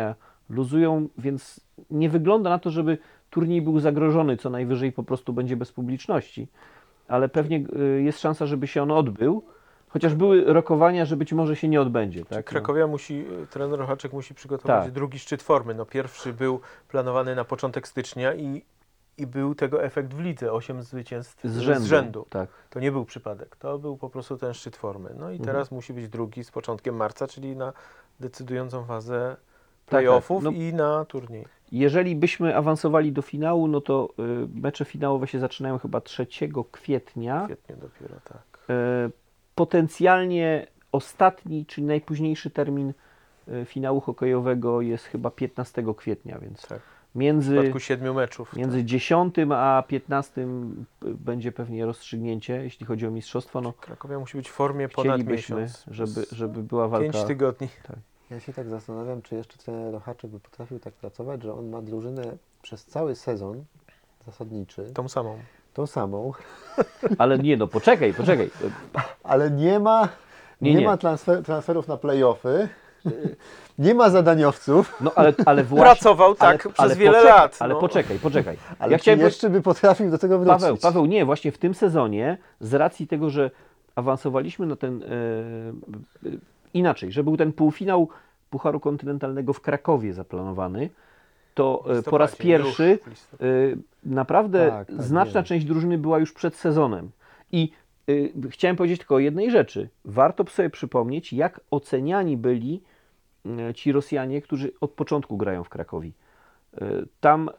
luzują, więc nie wygląda na to, żeby turniej był zagrożony, co najwyżej po prostu będzie bez publiczności, ale pewnie jest szansa, żeby się on odbył, chociaż były rokowania, że być może się nie odbędzie. Tak? Krakowia trener Rochaczek musi przygotować Tak. drugi szczyt formy. No, pierwszy był planowany na początek stycznia i był tego efekt w lidze, 8 zwycięstw Z z rzędu. Tak. To nie był przypadek, to był po prostu ten szczyt formy. No i teraz musi być drugi z początkiem marca, czyli na decydującą fazę playoffów No, i na turniej. jeżeli byśmy awansowali do finału, no to mecze finałowe się zaczynają chyba 3 kwietnia. Świetnie dopiero, tak. Potencjalnie ostatni, czyli najpóźniejszy termin finału hokejowego jest chyba 15 kwietnia, więc Tak. W między przypadku 7 meczów. Między 10 a 15 będzie pewnie rozstrzygnięcie, jeśli chodzi o mistrzostwo. No, Krakowia musi być w formie ponad chcielibyśmy, miesiąc. żeby była walka. 5 tygodni. Ja się tak zastanawiam, czy jeszcze trener Rochaczek by potrafił tak pracować, że on ma drużynę przez cały sezon zasadniczy, Tą samą. tą samą, Ale nie, no poczekaj. ale nie ma, Nie. ma transferów na play-offy, nie ma zadaniowców, No ale właśnie. Pracował tak przez wiele poczekaj, lat. Ale no. poczekaj. ale Ja czy chciałem jeszcze by potrafił do tego wrócić. Paweł, nie, właśnie w tym sezonie, z racji tego, że awansowaliśmy na ten inaczej, że był ten półfinał Pucharu Kontynentalnego w Krakowie zaplanowany, to po raz listopadzie, pierwszy już w listopadzie. naprawdę Tak, znaczna wiem. część drużyny była już przed sezonem. I chciałem powiedzieć tylko o jednej rzeczy. Warto sobie przypomnieć, jak oceniani byli ci Rosjanie, którzy od początku grają w Krakowie. Tam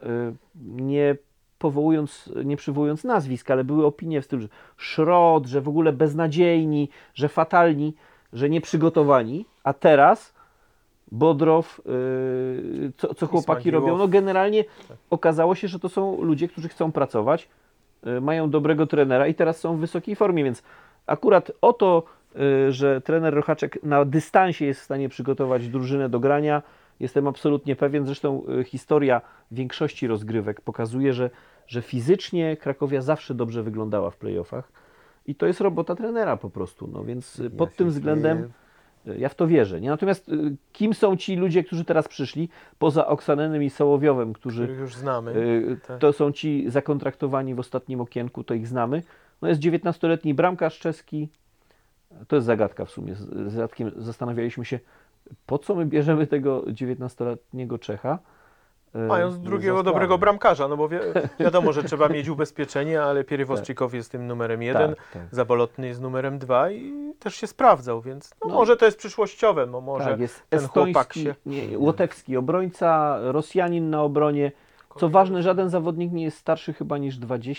nie przywołując nazwisk, ale były opinie w stylu, że szrot, że w ogóle beznadziejni, że fatalni, że nieprzygotowani, a teraz Bodrow, co chłopaki robią, no generalnie okazało się, że to są ludzie, którzy chcą pracować, mają dobrego trenera i teraz są w wysokiej formie, więc akurat o to, że trener Rochaczek na dystansie jest w stanie przygotować drużynę do grania, jestem absolutnie pewien. Zresztą historia większości rozgrywek pokazuje, że fizycznie Krakowia zawsze dobrze wyglądała w playoffach i to jest robota trenera po prostu. No więc pod tym względem ja w to wierzę. Nie? Natomiast kim są ci ludzie, którzy teraz przyszli, poza Oksanenem i Sołowiowem, którzy Których już znamy. Tak. to są ci zakontraktowani w ostatnim okienku, to ich znamy. No jest 19-letni bramkarz czeski. To jest zagadka w sumie. Z Radkiem zastanawialiśmy się, po co my bierzemy tego 19-letniego Czecha. Mając drugiego za dobrego sprawę. bramkarza, no bo wiadomo, że trzeba mieć ubezpieczenie, ale Pierywosczykow jest tym numerem 1, tak. Zabolotny jest numerem 2 i też się sprawdzał, więc No. może to jest przyszłościowe, bo może Tak, jest ten chłopak estoński, się... łotewski obrońca, Rosjanin na obronie. Co ważne, żaden zawodnik nie jest starszy chyba niż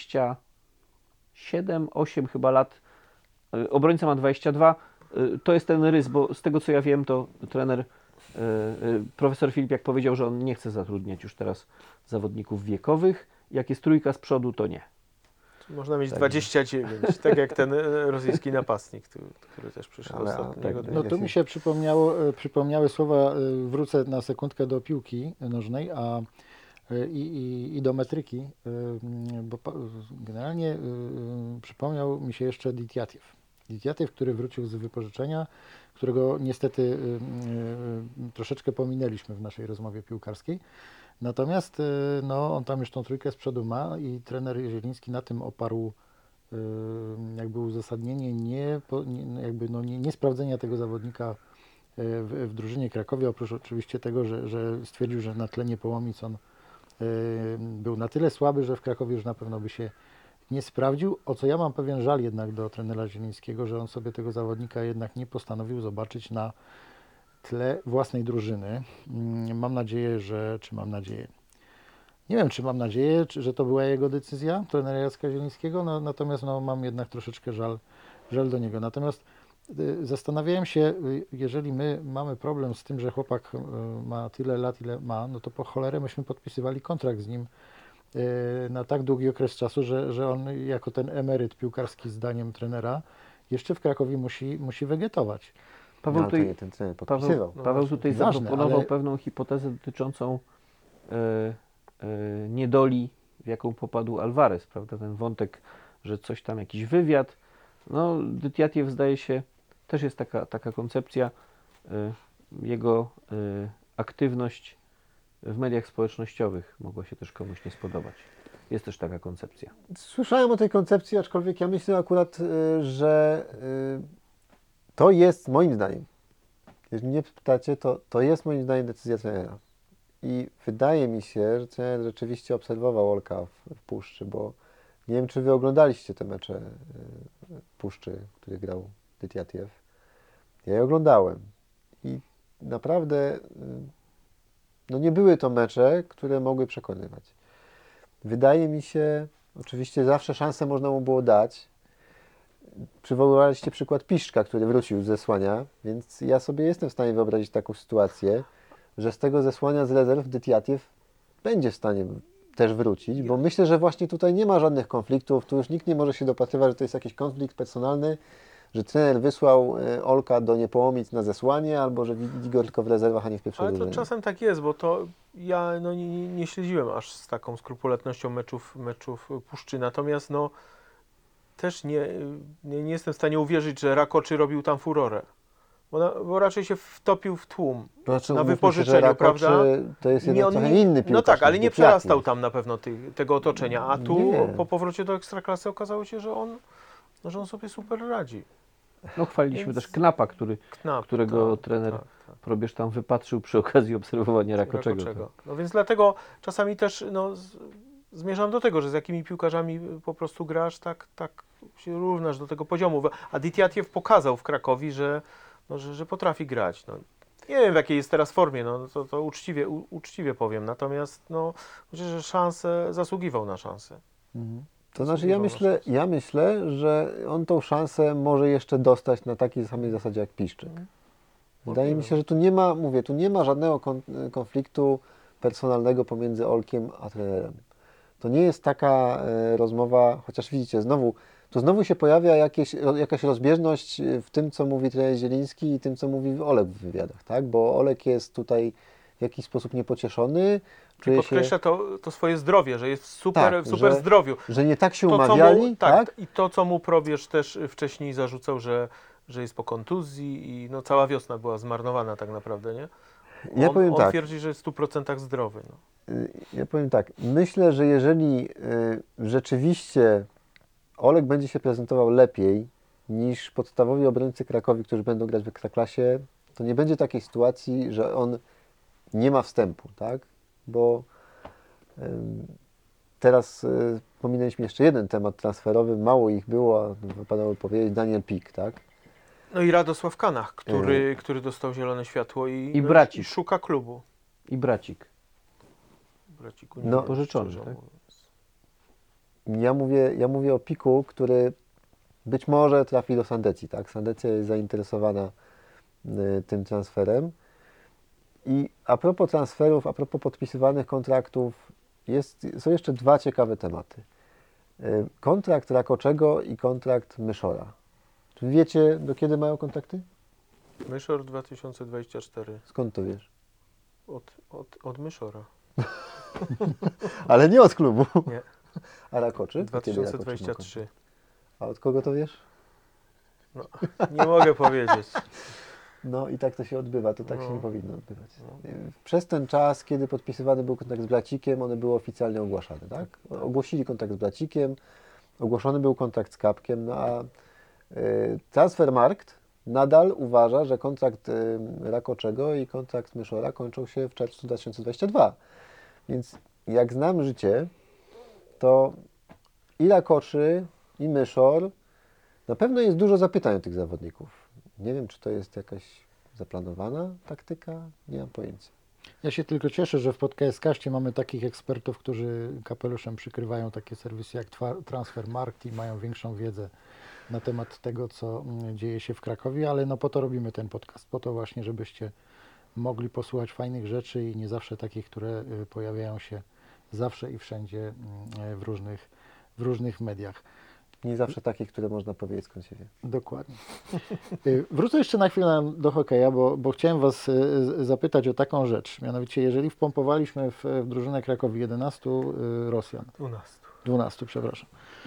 27, 8 chyba lat. Obrońca ma 22. To jest ten rys, bo z tego co ja wiem, to trener profesor Filipiak powiedział, że on nie chce zatrudniać już teraz zawodników wiekowych. Jak jest trójka z przodu, to nie. Można mieć Tak. 29, tak jak ten rosyjski napastnik, który też przyszedł Ale, ostatniego tak, dnia. No tu mi się przypomniały słowa, wrócę na sekundkę do piłki nożnej i do metryki, bo generalnie przypomniał mi się jeszcze Didiatiew. Didiatiew, który wrócił z wypożyczenia, którego niestety troszeczkę pominęliśmy w naszej rozmowie piłkarskiej. Natomiast no, on tam już tą trójkę z przodu ma i trener Zieliński na tym oparł jakby uzasadnienie nie sprawdzenia tego zawodnika w drużynie Krakowie, oprócz oczywiście tego, że stwierdził, że na tle Niepołomic on był na tyle słaby, że w Krakowie już na pewno by się nie sprawdził, o co ja mam pewien żal jednak do trenera Zielińskiego, że on sobie tego zawodnika jednak nie postanowił zobaczyć na tle własnej drużyny. Mam nadzieję, nie wiem, czy mam nadzieję, że to była jego decyzja, trenera Jacka Zielińskiego, natomiast mam jednak troszeczkę żal do niego. Natomiast zastanawiałem się, jeżeli my mamy problem z tym, że chłopak ma tyle lat, ile ma, no to po cholerę myśmy podpisywali kontrakt z nim na tak długi okres czasu, że on jako ten emeryt piłkarski zdaniem trenera jeszcze w Krakowie musi wegetować. Paweł No, to tutaj, nie ten trener podpisywał. Paweł tutaj Ważne, zaproponował ale- pewną hipotezę dotyczącą niedoli, w jaką popadł Alvarez, prawda? Ten wątek, że coś tam, jakiś wywiad. No, Didiatiew zdaje się, też jest taka koncepcja, jego aktywność w mediach społecznościowych mogła się też komuś nie spodobać. Jest też taka koncepcja. Słyszałem o tej koncepcji, aczkolwiek ja myślę akurat, że to jest moim zdaniem, jeżeli mnie pytacie, to jest moim zdaniem decyzja trenera. I wydaje mi się, że trener rzeczywiście obserwował Olka w Puszczy, bo nie wiem, czy wy oglądaliście te mecze Puszczy, w których grał Dytiatiew. Ja je oglądałem i naprawdę no nie były to mecze, które mogły przekonywać. Wydaje mi się, oczywiście zawsze szansę można mu było dać. Przywoływaliście przykład Piszczka, który wrócił z zesłania, więc ja sobie jestem w stanie wyobrazić taką sytuację, że z tego zesłania z rezerw Dytiatiew będzie w stanie też wrócić, bo myślę, że właśnie tutaj nie ma żadnych konfliktów, tu już nikt nie może się dopatrywać, że to jest jakiś konflikt personalny, że trener wysłał Olka do Niepołomic na zesłanie, albo że widzi go tylko w rezerwach, a nie w pierwszej Ale to drużynie. czasem tak jest, bo to ja no, nie śledziłem aż z taką skrupulatnością meczów Puszczy, natomiast no, też nie jestem w stanie uwierzyć, że Rakoczy robił tam furorę, bo raczej się wtopił w tłum. To znaczy, na umówmy się, wypożyczeniu, że Rakoczy prawda? to jest Nie, jednak on trochę nie- inny piłkarz. No tak, ale niż nie Dytiatiew. przerastał tam na pewno tego otoczenia, a tu Nie. po powrocie do Ekstraklasy okazało się, że on sobie super radzi. No chwaliliśmy Więc- też Knapa, którego tak, trener tak. Probierz tam wypatrzył przy okazji obserwowania Rakoczego. No więc dlatego czasami też no, zmierzam do tego, że z jakimi piłkarzami po prostu grasz, tak się równasz do tego poziomu. A Dytiatiew pokazał w Krakowi, że potrafi grać. No, nie wiem, w jakiej jest teraz formie, no, to uczciwie powiem. Natomiast no, myślę, że zasługiwał na szansę. To znaczy ja myślę, że on tą szansę może jeszcze dostać na takiej samej zasadzie jak Piszczyk. Wydaje mi się, że tu nie ma żadnego konfliktu personalnego pomiędzy Olkiem a trenerem. To nie jest taka rozmowa, chociaż widzicie, znowu się pojawia jakaś rozbieżność w tym, co mówi trener Zieliński i tym, co mówi Olek w wywiadach, tak? Bo Olek jest tutaj w jakiś sposób niepocieszony. Czyli podkreśla to swoje zdrowie, że jest w super że- zdrowiu. Że nie tak się To, co umawiali, tak? I to, co mu Probierz też wcześniej zarzucał, że jest po kontuzji i no, cała wiosna była zmarnowana tak naprawdę, nie? Ja On twierdzi, że jest w 100% zdrowy. No. Ja powiem tak, myślę, że jeżeli rzeczywiście Olek będzie się prezentował lepiej niż podstawowi obrońcy Krakowi, którzy będą grać w Ekstraklasie, to nie będzie takiej sytuacji, że on nie ma wstępu, tak? Bo teraz pominęliśmy jeszcze jeden temat transferowy, mało ich było, a wypadało powiedzieć, Daniel Pik, tak? No i Radosław Kanach, który dostał zielone światło i Bracik. i szuka klubu. I Bracik. Braciku, No, pożyczony, szczerze tak? mówiąc. Ja mówię o Piku, który być może trafi do Sandecji, tak? Sandecja jest zainteresowana tym transferem. I a propos transferów, a propos podpisywanych kontraktów, są jeszcze dwa ciekawe tematy. Kontrakt Rakoczego i kontrakt Myszora. Czy wiecie, do kiedy mają kontrakty? Myszor 2024. Skąd to wiesz? Od Myszora. Ale nie od klubu. Nie. A Rakoczy? Do kiedy Rakoczy ma 2023. kontrakt? A od kogo to wiesz? Nie mogę powiedzieć. No i tak to się odbywa, to tak się No. nie powinno odbywać. Przez ten czas, kiedy podpisywany był kontrakt z Bracikiem, one były oficjalnie ogłaszane, tak? Ogłosili kontrakt z Bracikiem, ogłoszony był kontrakt z Kapkiem, no a Transfermarkt nadal uważa, że kontrakt Rakoczego i kontrakt Myszora kończą się w czerwcu 2022. Więc jak znam życie, to i Rakoczy, i Myszor, na pewno jest dużo zapytań o tych zawodników. Nie wiem, czy to jest jakaś zaplanowana taktyka, nie mam pojęcia. Ja się tylko cieszę, że w Podcaście mamy takich ekspertów, którzy kapeluszem przykrywają takie serwisy jak Transfermarkt i mają większą wiedzę na temat tego, co dzieje się w Krakowie, ale no po to robimy ten podcast, po to właśnie, żebyście mogli posłuchać fajnych rzeczy i nie zawsze takich, które pojawiają się zawsze i wszędzie w różnych mediach. Nie zawsze takich, które można powiedzieć, skąd się wie. Dokładnie. Wrócę jeszcze na chwilę do hokeja, bo chciałem Was zapytać o taką rzecz. Mianowicie, jeżeli wpompowaliśmy w drużynę Krakowi 11 Rosjan, 12, przepraszam.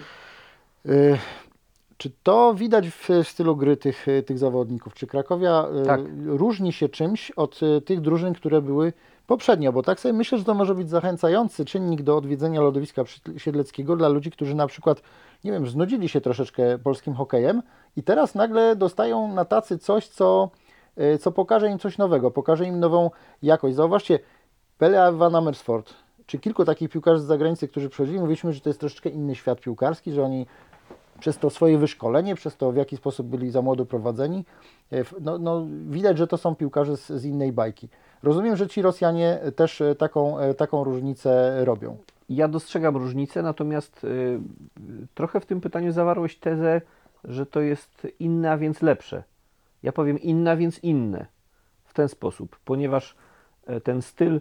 Czy to widać w stylu gry tych zawodników? Czy Krakowia Tak. różni się czymś od tych drużyn, które były poprzednio, bo tak sobie myślę, że to może być zachęcający czynnik do odwiedzenia lodowiska siedleckiego dla ludzi, którzy na przykład, nie wiem, znudzili się troszeczkę polskim hokejem i teraz nagle dostają na tacy coś, co pokaże im coś nowego, pokaże im nową jakość. Zauważcie, Pele Van Amersfoort, czy kilku takich piłkarzy z zagranicy, którzy przychodzili, mówiliśmy, że to jest troszeczkę inny świat piłkarski, że oni przez to swoje wyszkolenie, przez to w jaki sposób byli za młodo prowadzeni, widać, że to są piłkarze z innej bajki. Rozumiem, że ci Rosjanie też taką różnicę robią. Ja dostrzegam różnicę, natomiast trochę w tym pytaniu zawarłeś tezę, że to jest inne, a więc lepsze. Ja powiem inne, a więc inne. W ten sposób, ponieważ ten styl,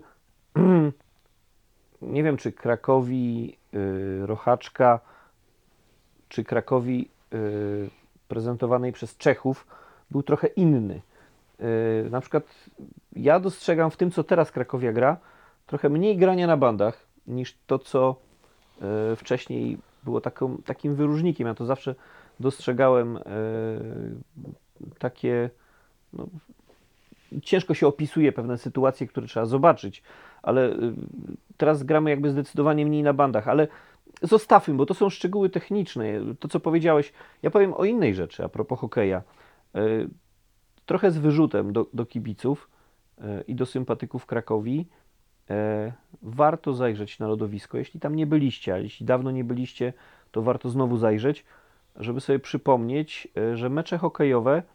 nie wiem, czy Krakowi Rochaczka, czy Krakowi prezentowanej przez Czechów był trochę inny. Na przykład ja dostrzegam w tym, co teraz Krakowia gra, trochę mniej grania na bandach niż to, co wcześniej było takim wyróżnikiem. Ja to zawsze dostrzegałem takie, no, ciężko się opisuje pewne sytuacje, które trzeba zobaczyć, ale teraz gramy jakby zdecydowanie mniej na bandach, ale zostawmy, bo to są szczegóły techniczne. To, co powiedziałeś, ja powiem o innej rzeczy a propos hokeja. Trochę z wyrzutem do kibiców i do sympatyków Krakowi. Warto zajrzeć na lodowisko, jeśli tam nie byliście, a jeśli dawno nie byliście, to warto znowu zajrzeć, żeby sobie przypomnieć, że mecze hokejowe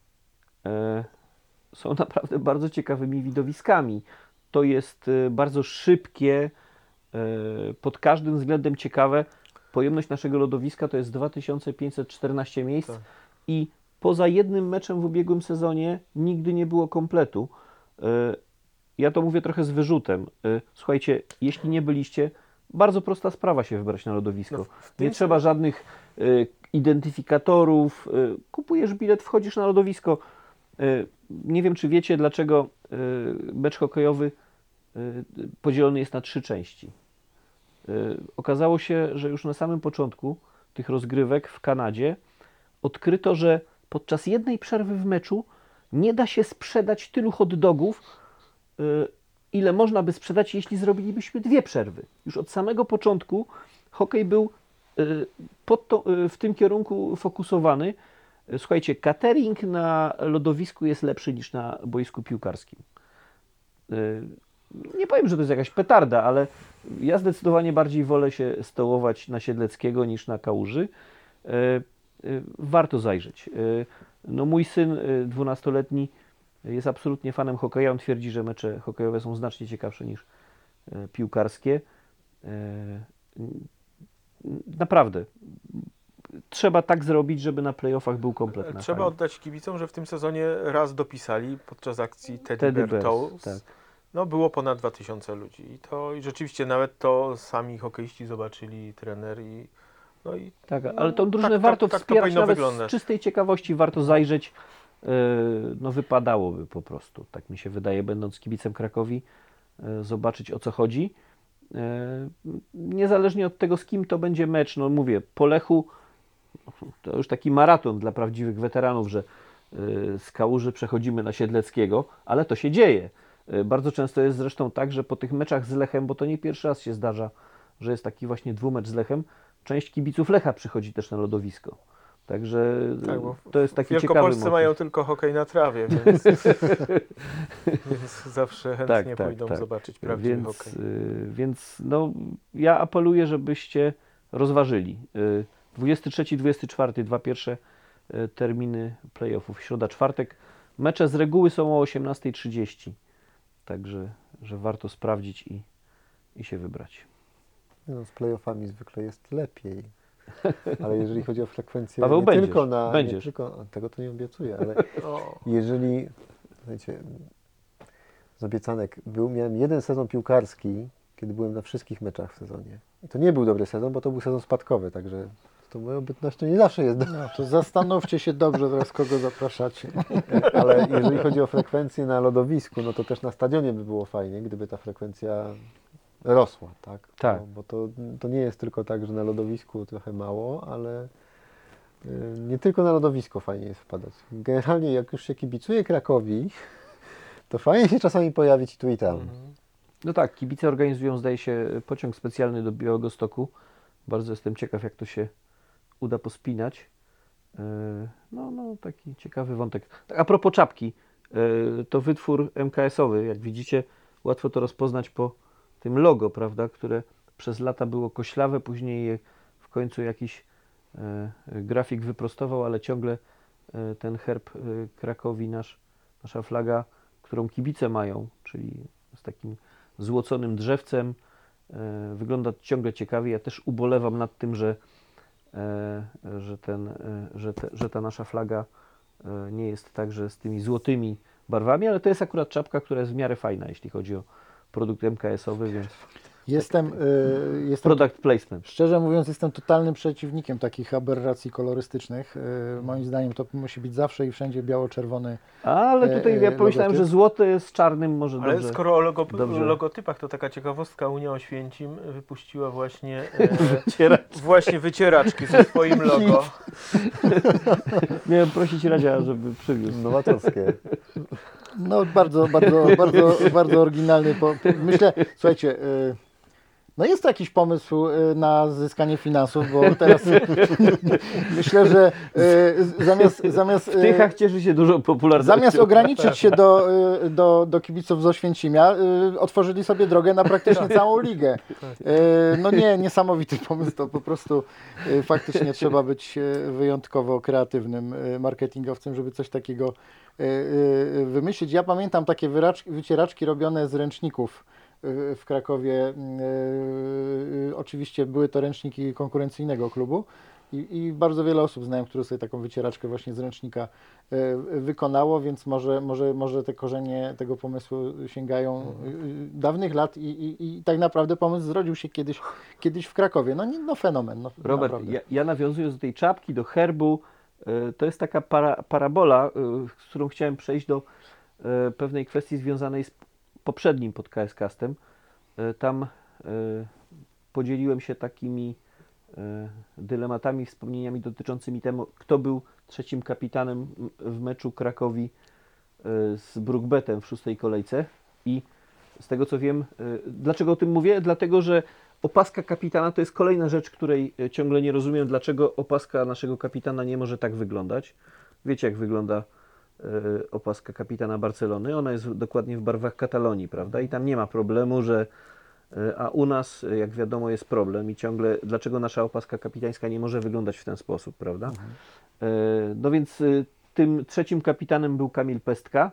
są naprawdę bardzo ciekawymi widowiskami. To jest bardzo szybkie, pod każdym względem ciekawe. Pojemność naszego lodowiska to jest 2514 miejsc Tak. i poza jednym meczem w ubiegłym sezonie nigdy nie było kompletu. Ja to mówię trochę z wyrzutem. Słuchajcie, jeśli nie byliście, bardzo prosta sprawa się wybrać na lodowisko. No, Nie trzeba żadnych identyfikatorów. Kupujesz bilet, wchodzisz na lodowisko. Nie wiem, czy wiecie, dlaczego mecz hokejowy podzielony jest na 3 części. Okazało się, że już na samym początku tych rozgrywek w Kanadzie odkryto, że podczas jednej przerwy w meczu nie da się sprzedać tylu hot dogów, ile można by sprzedać, jeśli zrobilibyśmy 2 przerwy. Już od samego początku hokej był w tym kierunku fokusowany. Słuchajcie, catering na lodowisku jest lepszy niż na boisku piłkarskim. Nie powiem, że to jest jakaś petarda, ale ja zdecydowanie bardziej wolę się stołować na Siedleckiego niż na Kałuży. Warto zajrzeć. No, mój syn 12-letni jest absolutnie fanem hokeja. On twierdzi, że mecze hokejowe są znacznie ciekawsze niż piłkarskie. Naprawdę. Trzeba tak zrobić, żeby na playoffach był kompletny. Trzeba oddać kibicom, że w tym sezonie raz dopisali podczas akcji Teddy Bear Tours. Tak. No, było ponad 2000 ludzi. I rzeczywiście nawet to sami hokeiści zobaczyli, trener i... Tak, ale tą drużynę tak, warto tak to wspierać powinno nawet wyglądać. z czystej ciekawości, warto zajrzeć. No wypadałoby po prostu, tak mi się wydaje, będąc kibicem Krakowi, zobaczyć, o co chodzi. Niezależnie od tego, z kim to będzie mecz, no mówię, po Lechu to już taki maraton dla prawdziwych weteranów, że z Kałuży przechodzimy na Siedleckiego, ale to się dzieje. Bardzo często jest zresztą tak, że po tych meczach z Lechem, bo to nie pierwszy raz się zdarza, że jest taki właśnie dwumecz z Lechem, część kibiców Lecha przychodzi też na lodowisko. Także Tak, bo to jest taki ciekawy Wielkopolscy motyw. mają tylko hokej na trawie, więc, więc zawsze chętnie pójdą zobaczyć prawdziwy hokej. Więc no, ja apeluję, żebyście rozważyli. 23, 24, 2 pierwsze terminy playoffów. Środa, czwartek. Mecze z reguły są o 18:30. Także że warto sprawdzić i się wybrać. No, z playoffami zwykle jest lepiej. Ale jeżeli chodzi o frekwencję, Paweł, nie będziesz, tylko na... będziesz. Nie tylko, tego to nie obiecuję, ale O, jeżeli... Słuchajcie, z obiecanek, miałem jeden sezon piłkarski, kiedy byłem na wszystkich meczach w sezonie. I to nie był dobry sezon, bo to był sezon spadkowy, także z tą moją bytnością nie zawsze jest dobrze. No, to zastanówcie się dobrze teraz, kogo zapraszacie. Ale jeżeli chodzi o frekwencję na lodowisku, no to też na stadionie by było fajnie, gdyby ta frekwencja rosła, tak? Tak. Bo to nie jest tylko tak, że na lodowisku trochę mało, ale nie tylko na lodowisko fajnie jest wpadać. Generalnie jak już się kibicuje Krakowi, to fajnie się czasami pojawić tu i tam. No tak, kibice organizują, zdaje się, pociąg specjalny do Białegostoku. Bardzo jestem ciekaw, jak to się uda pospinać. No, taki ciekawy wątek. Tak, a propos czapki, to wytwór MKS-owy, jak widzicie, łatwo to rozpoznać po tym logo, prawda, które przez lata było koślawe, później je w końcu jakiś grafik wyprostował, ale ciągle ten herb Krakowi, nasza flaga, którą kibice mają, czyli z takim złoconym drzewcem, wygląda ciągle ciekawie. Ja też ubolewam nad tym, że ta nasza flaga nie jest także z tymi złotymi barwami, ale to jest akurat czapka, która jest w miarę fajna, jeśli chodzi o produkt MKS-owy, więc Jestem product placement. Szczerze mówiąc, jestem totalnym przeciwnikiem takich aberracji kolorystycznych. Moim zdaniem to musi być zawsze i wszędzie biało-czerwony. Ale tutaj ja pomyślałem, logotyp. że złoty z czarnym może Ale dobrze. skoro o dobrze. logotypach, to taka ciekawostka, Unia Oświęcim wypuściła właśnie, Wycieraczki. właśnie wycieraczki ze swoim logo. Miałem prosić Radzia, żeby przywiózł. Nowatorskie. No bardzo oryginalny. Myślę, słuchajcie, no jest to jakiś pomysł na zyskanie finansów, bo teraz myślę, że zamiast W Tychach cieszy się dużą popularnością. zamiast ograniczyć się do kibiców z Oświęcimia, otworzyli sobie drogę na praktycznie całą ligę. No niesamowity pomysł, to po prostu faktycznie trzeba być wyjątkowo kreatywnym marketingowcem, żeby coś takiego wymyślić. Ja pamiętam takie wycieraczki robione z ręczników w Krakowie. Oczywiście były to ręczniki konkurencyjnego klubu i bardzo wiele osób znałem, które sobie taką wycieraczkę właśnie z ręcznika wykonało, więc może te korzenie tego pomysłu sięgają dawnych lat i tak naprawdę pomysł zrodził się kiedyś w Krakowie. No fenomen. No, Robert, naprawdę. ja nawiązując do tej czapki, do herbu, to jest taka parabola, z którą chciałem przejść do pewnej kwestii związanej z poprzednim podcastem. Tam podzieliłem się takimi dylematami, wspomnieniami dotyczącymi tego, kto był trzecim kapitanem w meczu Krakowi z Brookbetem w 6. kolejce. I z tego co wiem, dlaczego o tym mówię? Dlatego, że opaska kapitana to jest kolejna rzecz, której ciągle nie rozumiem, dlaczego opaska naszego kapitana nie może tak wyglądać. Wiecie, jak wygląda opaska kapitana Barcelony? Ona jest dokładnie w barwach Katalonii, prawda? I tam nie ma problemu, a u nas, jak wiadomo, jest problem i ciągle, dlaczego nasza opaska kapitańska nie może wyglądać w ten sposób, prawda? No więc tym trzecim kapitanem był Kamil Pestka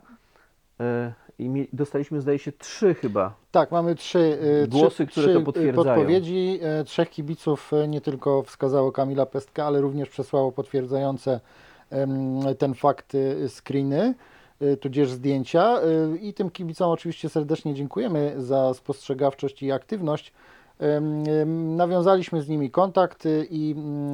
i dostaliśmy, zdaje się, 3 chyba. Tak, mamy trzy Głosy, które to potwierdzają. podpowiedzi. 3 kibiców nie tylko wskazało Kamila Pestka, ale również przesłało potwierdzające ten fakt screeny, tudzież zdjęcia. I tym kibicom oczywiście serdecznie dziękujemy za spostrzegawczość i aktywność. Nawiązaliśmy z nimi kontakt i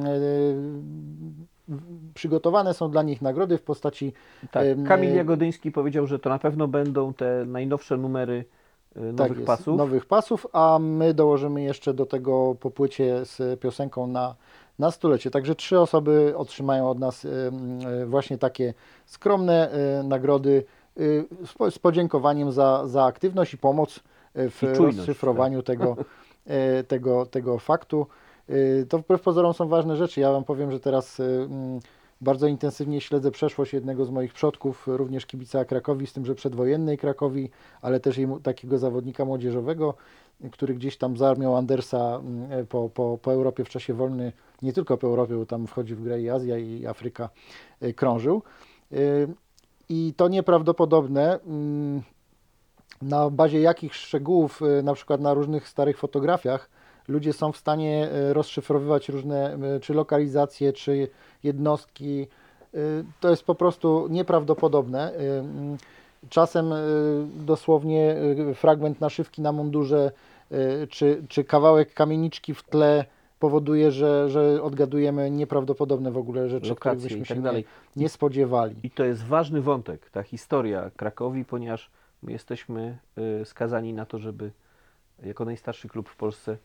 przygotowane są dla nich nagrody w postaci Tak, Kamil Jagodyński powiedział, że to na pewno będą te najnowsze numery nowych pasów. nowych pasów, a my dołożymy jeszcze do tego po płycie z piosenką na stulecie. Także 3 osoby otrzymają od nas właśnie takie skromne nagrody z podziękowaniem za aktywność i pomoc w I czujność, rozszyfrowaniu tego faktu. To wbrew pozorom są ważne rzeczy. Ja Wam powiem, że teraz bardzo intensywnie śledzę przeszłość jednego z moich przodków, również kibica Krakowi, z tym, że przedwojennej Krakowi, ale też i takiego zawodnika młodzieżowego, który gdzieś tam z armią Andersa po Europie w czasie wolny, nie tylko po Europie, bo tam wchodzi w grę i Azja i Afryka, krążył. I to nieprawdopodobne, na bazie jakich szczegółów, na przykład na różnych starych fotografiach, ludzie są w stanie rozszyfrowywać różne, czy lokalizacje, czy jednostki. To jest po prostu nieprawdopodobne. Czasem dosłownie fragment naszywki na mundurze, czy kawałek kamieniczki w tle powoduje, że odgadujemy nieprawdopodobne w ogóle rzeczy, których Lokacje byśmy i tak się dalej. nie spodziewali. I to jest ważny wątek, ta historia Krakowi, ponieważ my jesteśmy skazani na to, żeby jako najstarszy klub w Polsce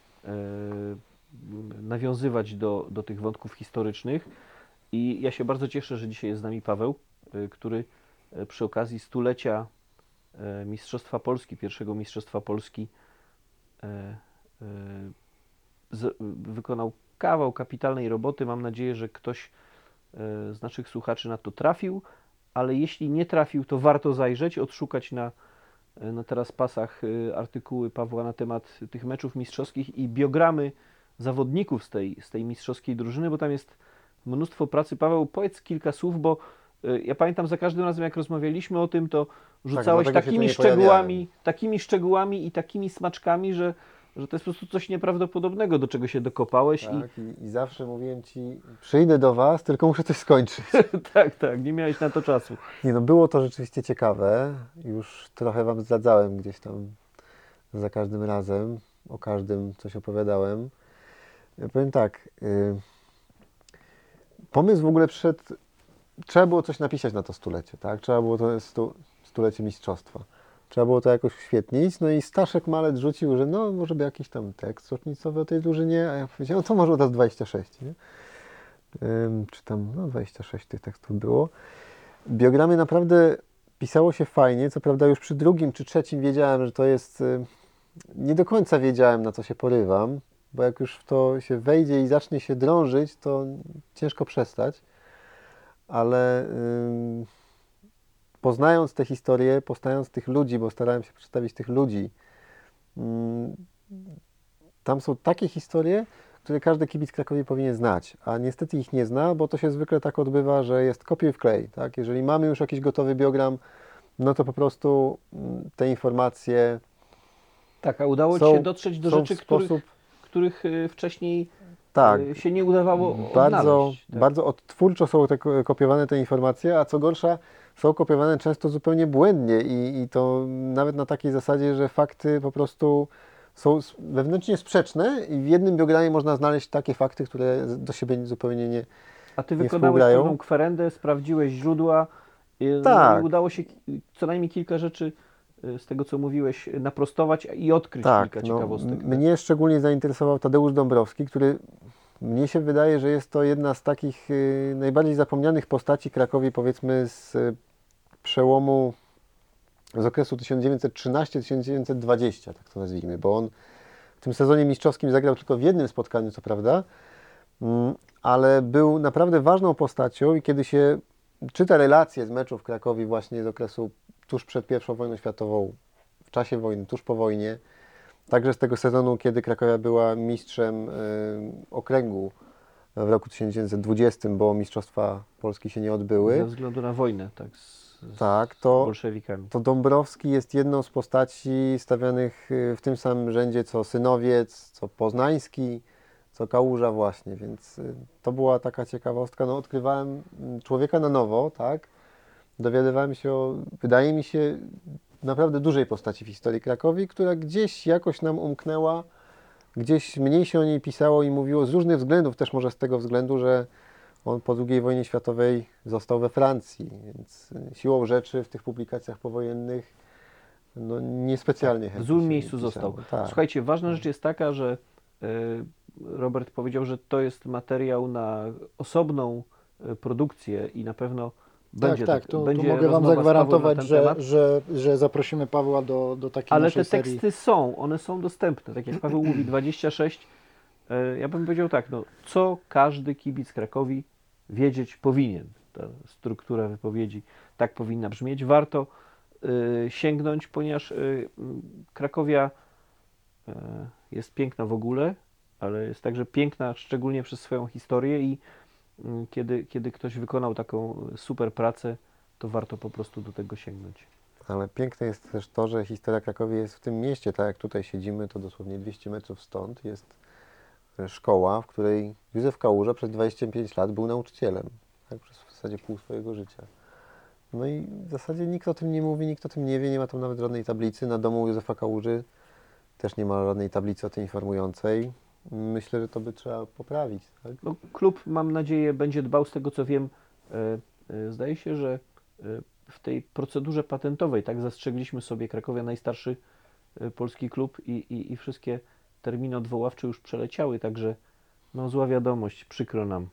nawiązywać do tych wątków historycznych. I ja się bardzo cieszę, że dzisiaj jest z nami Paweł, który przy okazji stulecia Mistrzostwa Polski, pierwszego Mistrzostwa Polski, wykonał kawał kapitalnej roboty. Mam nadzieję, że ktoś z naszych słuchaczy na to trafił, ale jeśli nie trafił, to warto zajrzeć, odszukać na teraz pasach artykuły Pawła na temat tych meczów mistrzowskich i biogramy zawodników z tej mistrzowskiej drużyny, bo tam jest mnóstwo pracy. Paweł, powiedz kilka słów, bo ja pamiętam za każdym razem, jak rozmawialiśmy o tym, to rzucałeś dlatego się tu takimi nie szczegółami i takimi smaczkami, że to jest po prostu coś nieprawdopodobnego, do czego się dokopałeś. Tak, i zawsze mówiłem Ci, przyjdę do Was, tylko muszę coś skończyć. Tak, nie miałeś na to czasu. Nie no, było to rzeczywiście ciekawe. Już trochę Wam zdradzałem gdzieś tam za każdym razem. O każdym coś opowiadałem. Ja powiem tak. Pomysł w ogóle przyszedł. Trzeba było coś napisać na to stulecie, tak? Trzeba było to stulecie mistrzostwa. Trzeba było to jakoś uświetnić. No i Staszek Malec rzucił, że no może by jakiś tam tekst rocznicowy o tej drużynie. A ja powiedziałem, no to może od razu 26, nie? Czy tam, no 26 tych tekstów było. Biogramy naprawdę pisało się fajnie, co prawda już przy drugim czy trzecim wiedziałem, że to jest, nie do końca wiedziałem, na co się porywam, bo jak już w to się wejdzie i zacznie się drążyć, to ciężko przestać, ale poznając tę historię, poznając tych ludzi, bo starałem się przedstawić tych ludzi, tam są takie historie, które każdy kibic Krakowi powinien znać, a niestety ich nie zna, bo to się zwykle tak odbywa, że jest kopiuj wklej, tak? Jeżeli mamy już jakiś gotowy biogram, no to po prostu te informacje Tak, a udało Ci są- się dotrzeć do są rzeczy, w sposób których wcześniej tak, się nie udawało bardzo, odnaleźć. Tak. bardzo odtwórczo są kopiowane te informacje, a co gorsza, są kopiowane często zupełnie błędnie i to nawet na takiej zasadzie, że fakty po prostu są wewnętrznie sprzeczne i w jednym biogramie można znaleźć takie fakty, które do siebie zupełnie nie... A Ty nie wykonałeś współgrają. pewną kwerendę, sprawdziłeś źródła, Tak. no i udało się co najmniej kilka rzeczy z tego, co mówiłeś, naprostować i odkryć Tak, kilka no, ciekawostek. mnie szczególnie zainteresował Tadeusz Dąbrowski, który mnie się wydaje, że jest to jedna z takich najbardziej zapomnianych postaci Krakowi, powiedzmy z przełomu z okresu 1913-1920, tak to nazwijmy, bo on w tym sezonie mistrzowskim zagrał tylko w jednym spotkaniu, co prawda, ale był naprawdę ważną postacią i kiedy się czyta relacje z meczów w Krakowi właśnie z okresu tuż przed I wojną światową, w czasie wojny, tuż po wojnie, także z tego sezonu, kiedy Krakowia była mistrzem okręgu w roku 1920, bo Mistrzostwa Polski się nie odbyły. Ze względu na wojnę, tak, z Tak, to bolszewikami. to Dąbrowski jest jedną z postaci stawianych w tym samym rzędzie co Synowiec, co Poznański, co Kałuża właśnie, więc to była taka ciekawostka. No, odkrywałem człowieka na nowo, tak? Dowiadywałem się o, wydaje mi się, naprawdę dużej postaci w historii Krakowi, która gdzieś jakoś nam umknęła, gdzieś mniej się o niej pisało i mówiło z różnych względów, też może z tego względu, że on po II wojnie światowej został we Francji, więc siłą rzeczy w tych publikacjach powojennych no niespecjalnie W chętnie złym się miejscu pisało. został. Tak. Słuchajcie, ważna rzecz jest taka, że Robert powiedział, że to jest materiał na osobną produkcję i na pewno będzie tak, tu będzie mogę Wam rozmowa z Pawłem zagwarantować, na ten temat. że zaprosimy Pawła do takiej Ale naszej te serii. teksty są, one są dostępne. Tak jak Paweł mówi, 26. Ja bym powiedział tak, no, co każdy kibic Krakowi wiedzieć powinien. Ta struktura wypowiedzi tak powinna brzmieć. Warto sięgnąć, ponieważ Krakowia jest piękna w ogóle, ale jest także piękna szczególnie przez swoją historię i kiedy ktoś wykonał taką super pracę, to warto po prostu do tego sięgnąć. Ale piękne jest też to, że historia Krakowi jest w tym mieście, tak jak tutaj siedzimy, to dosłownie 200 metrów stąd jest szkoła, w której Józef Kałuża przez 25 lat był nauczycielem, tak, przez w zasadzie pół swojego życia. No i w zasadzie nikt o tym nie mówi, nikt o tym nie wie, nie ma tam nawet żadnej tablicy. Na domu Józefa Kałuży też nie ma żadnej tablicy o tym informującej. Myślę, że to by trzeba poprawić. Tak? No, klub, mam nadzieję, będzie dbał, z tego co wiem. Zdaje się, że w tej procedurze patentowej, tak, zastrzegliśmy sobie Krakowia, najstarszy polski klub i wszystkie terminy odwoławcze już przeleciały, także no, zła wiadomość, przykro nam.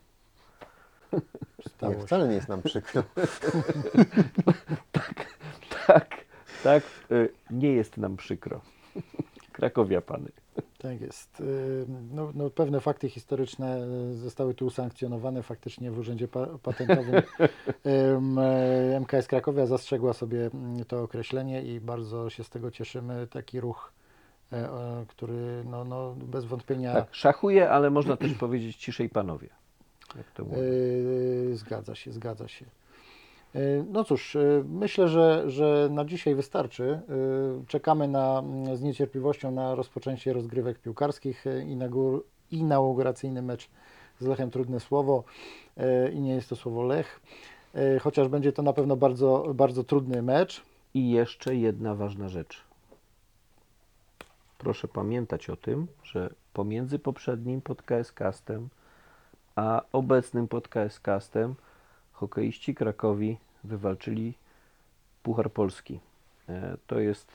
Nie, wcale nie jest nam przykro. Tak, Tak, nie jest nam przykro. Krakowiapany. Tak jest. No, pewne fakty historyczne zostały tu usankcjonowane. Faktycznie w Urzędzie Patentowym MKS Krakowia zastrzegła sobie to określenie i bardzo się z tego cieszymy. Taki ruch, który no, bez wątpienia Tak, szachuje, ale można też powiedzieć ciszej panowie. Jak to mówię. zgadza się. No cóż, myślę, że na dzisiaj wystarczy. Czekamy z niecierpliwością na rozpoczęcie rozgrywek piłkarskich. Inauguracyjny mecz z Lechem, trudne słowo i nie jest to słowo Lech, chociaż będzie to na pewno bardzo, bardzo trudny mecz. I jeszcze jedna ważna rzecz. Proszę pamiętać o tym, że pomiędzy poprzednim podcastem a obecnym podcastem hokeiści Krakowi wywalczyli Puchar Polski. To jest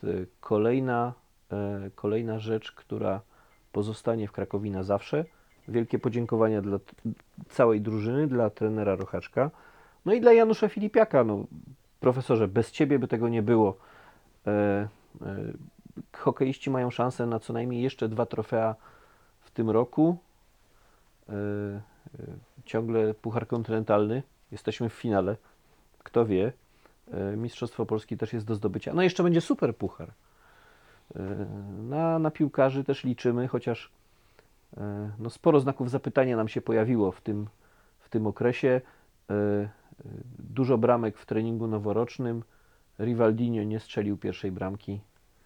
kolejna rzecz, która pozostanie w Krakowi na zawsze. Wielkie podziękowania dla całej drużyny, dla trenera Rochaczka, no i dla Janusza Filipiaka. No, profesorze, bez Ciebie by tego nie było. Hokeiści mają szansę na co najmniej jeszcze 2 trofea w tym roku. Ciągle Puchar Kontynentalny. Jesteśmy w finale. Kto wie. Mistrzostwo Polski też jest do zdobycia. No jeszcze będzie super puchar. Na piłkarzy też liczymy, chociaż no sporo znaków zapytania nam się pojawiło w tym okresie. Dużo bramek w treningu noworocznym. Rivaldinho nie strzelił pierwszej bramki.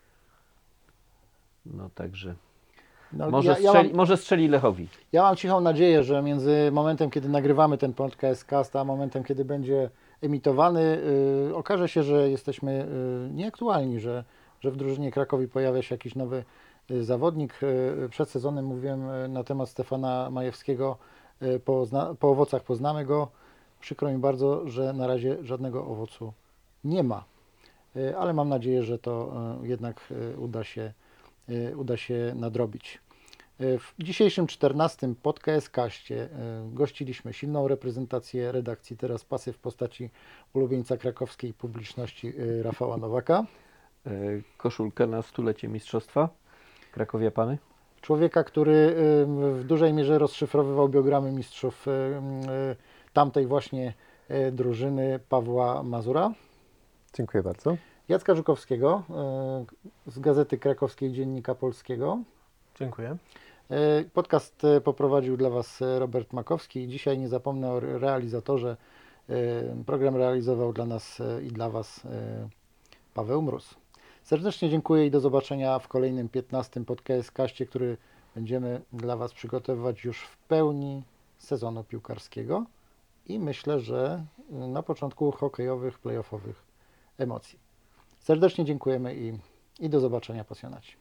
No także No, może strzeli Lechowi. Ja mam cichą nadzieję, że między momentem, kiedy nagrywamy ten podcast, a momentem, kiedy będzie emitowany, okaże się, że jesteśmy nieaktualni, że w drużynie Krakowi pojawia się jakiś nowy zawodnik. Przed sezonem mówiłem na temat Stefana Majewskiego, po owocach poznamy go. Przykro mi bardzo, że na razie żadnego owocu nie ma, ale mam nadzieję, że to jednak uda się nadrobić. W dzisiejszym 14. podcaście gościliśmy silną reprezentację redakcji Teraz Pasy w postaci ulubieńca krakowskiej publiczności Rafała Nowaka. Koszulkę na stulecie mistrzostwa Krakowiapany. Człowieka, który w dużej mierze rozszyfrowywał biogramy mistrzów tamtej właśnie drużyny, Pawła Mazura. Dziękuję bardzo. Jacka Żukowskiego z Gazety Krakowskiej Dziennika Polskiego. Dziękuję. Podcast poprowadził dla Was Robert Makowski i dzisiaj nie zapomnę o realizatorze. Program realizował dla nas i dla Was Paweł Mróz. Serdecznie dziękuję i do zobaczenia w kolejnym 15. podcaście, który będziemy dla Was przygotowywać już w pełni sezonu piłkarskiego i myślę, że na początku hokejowych, play-offowych emocji. Serdecznie dziękujemy i do zobaczenia, pasjonaci.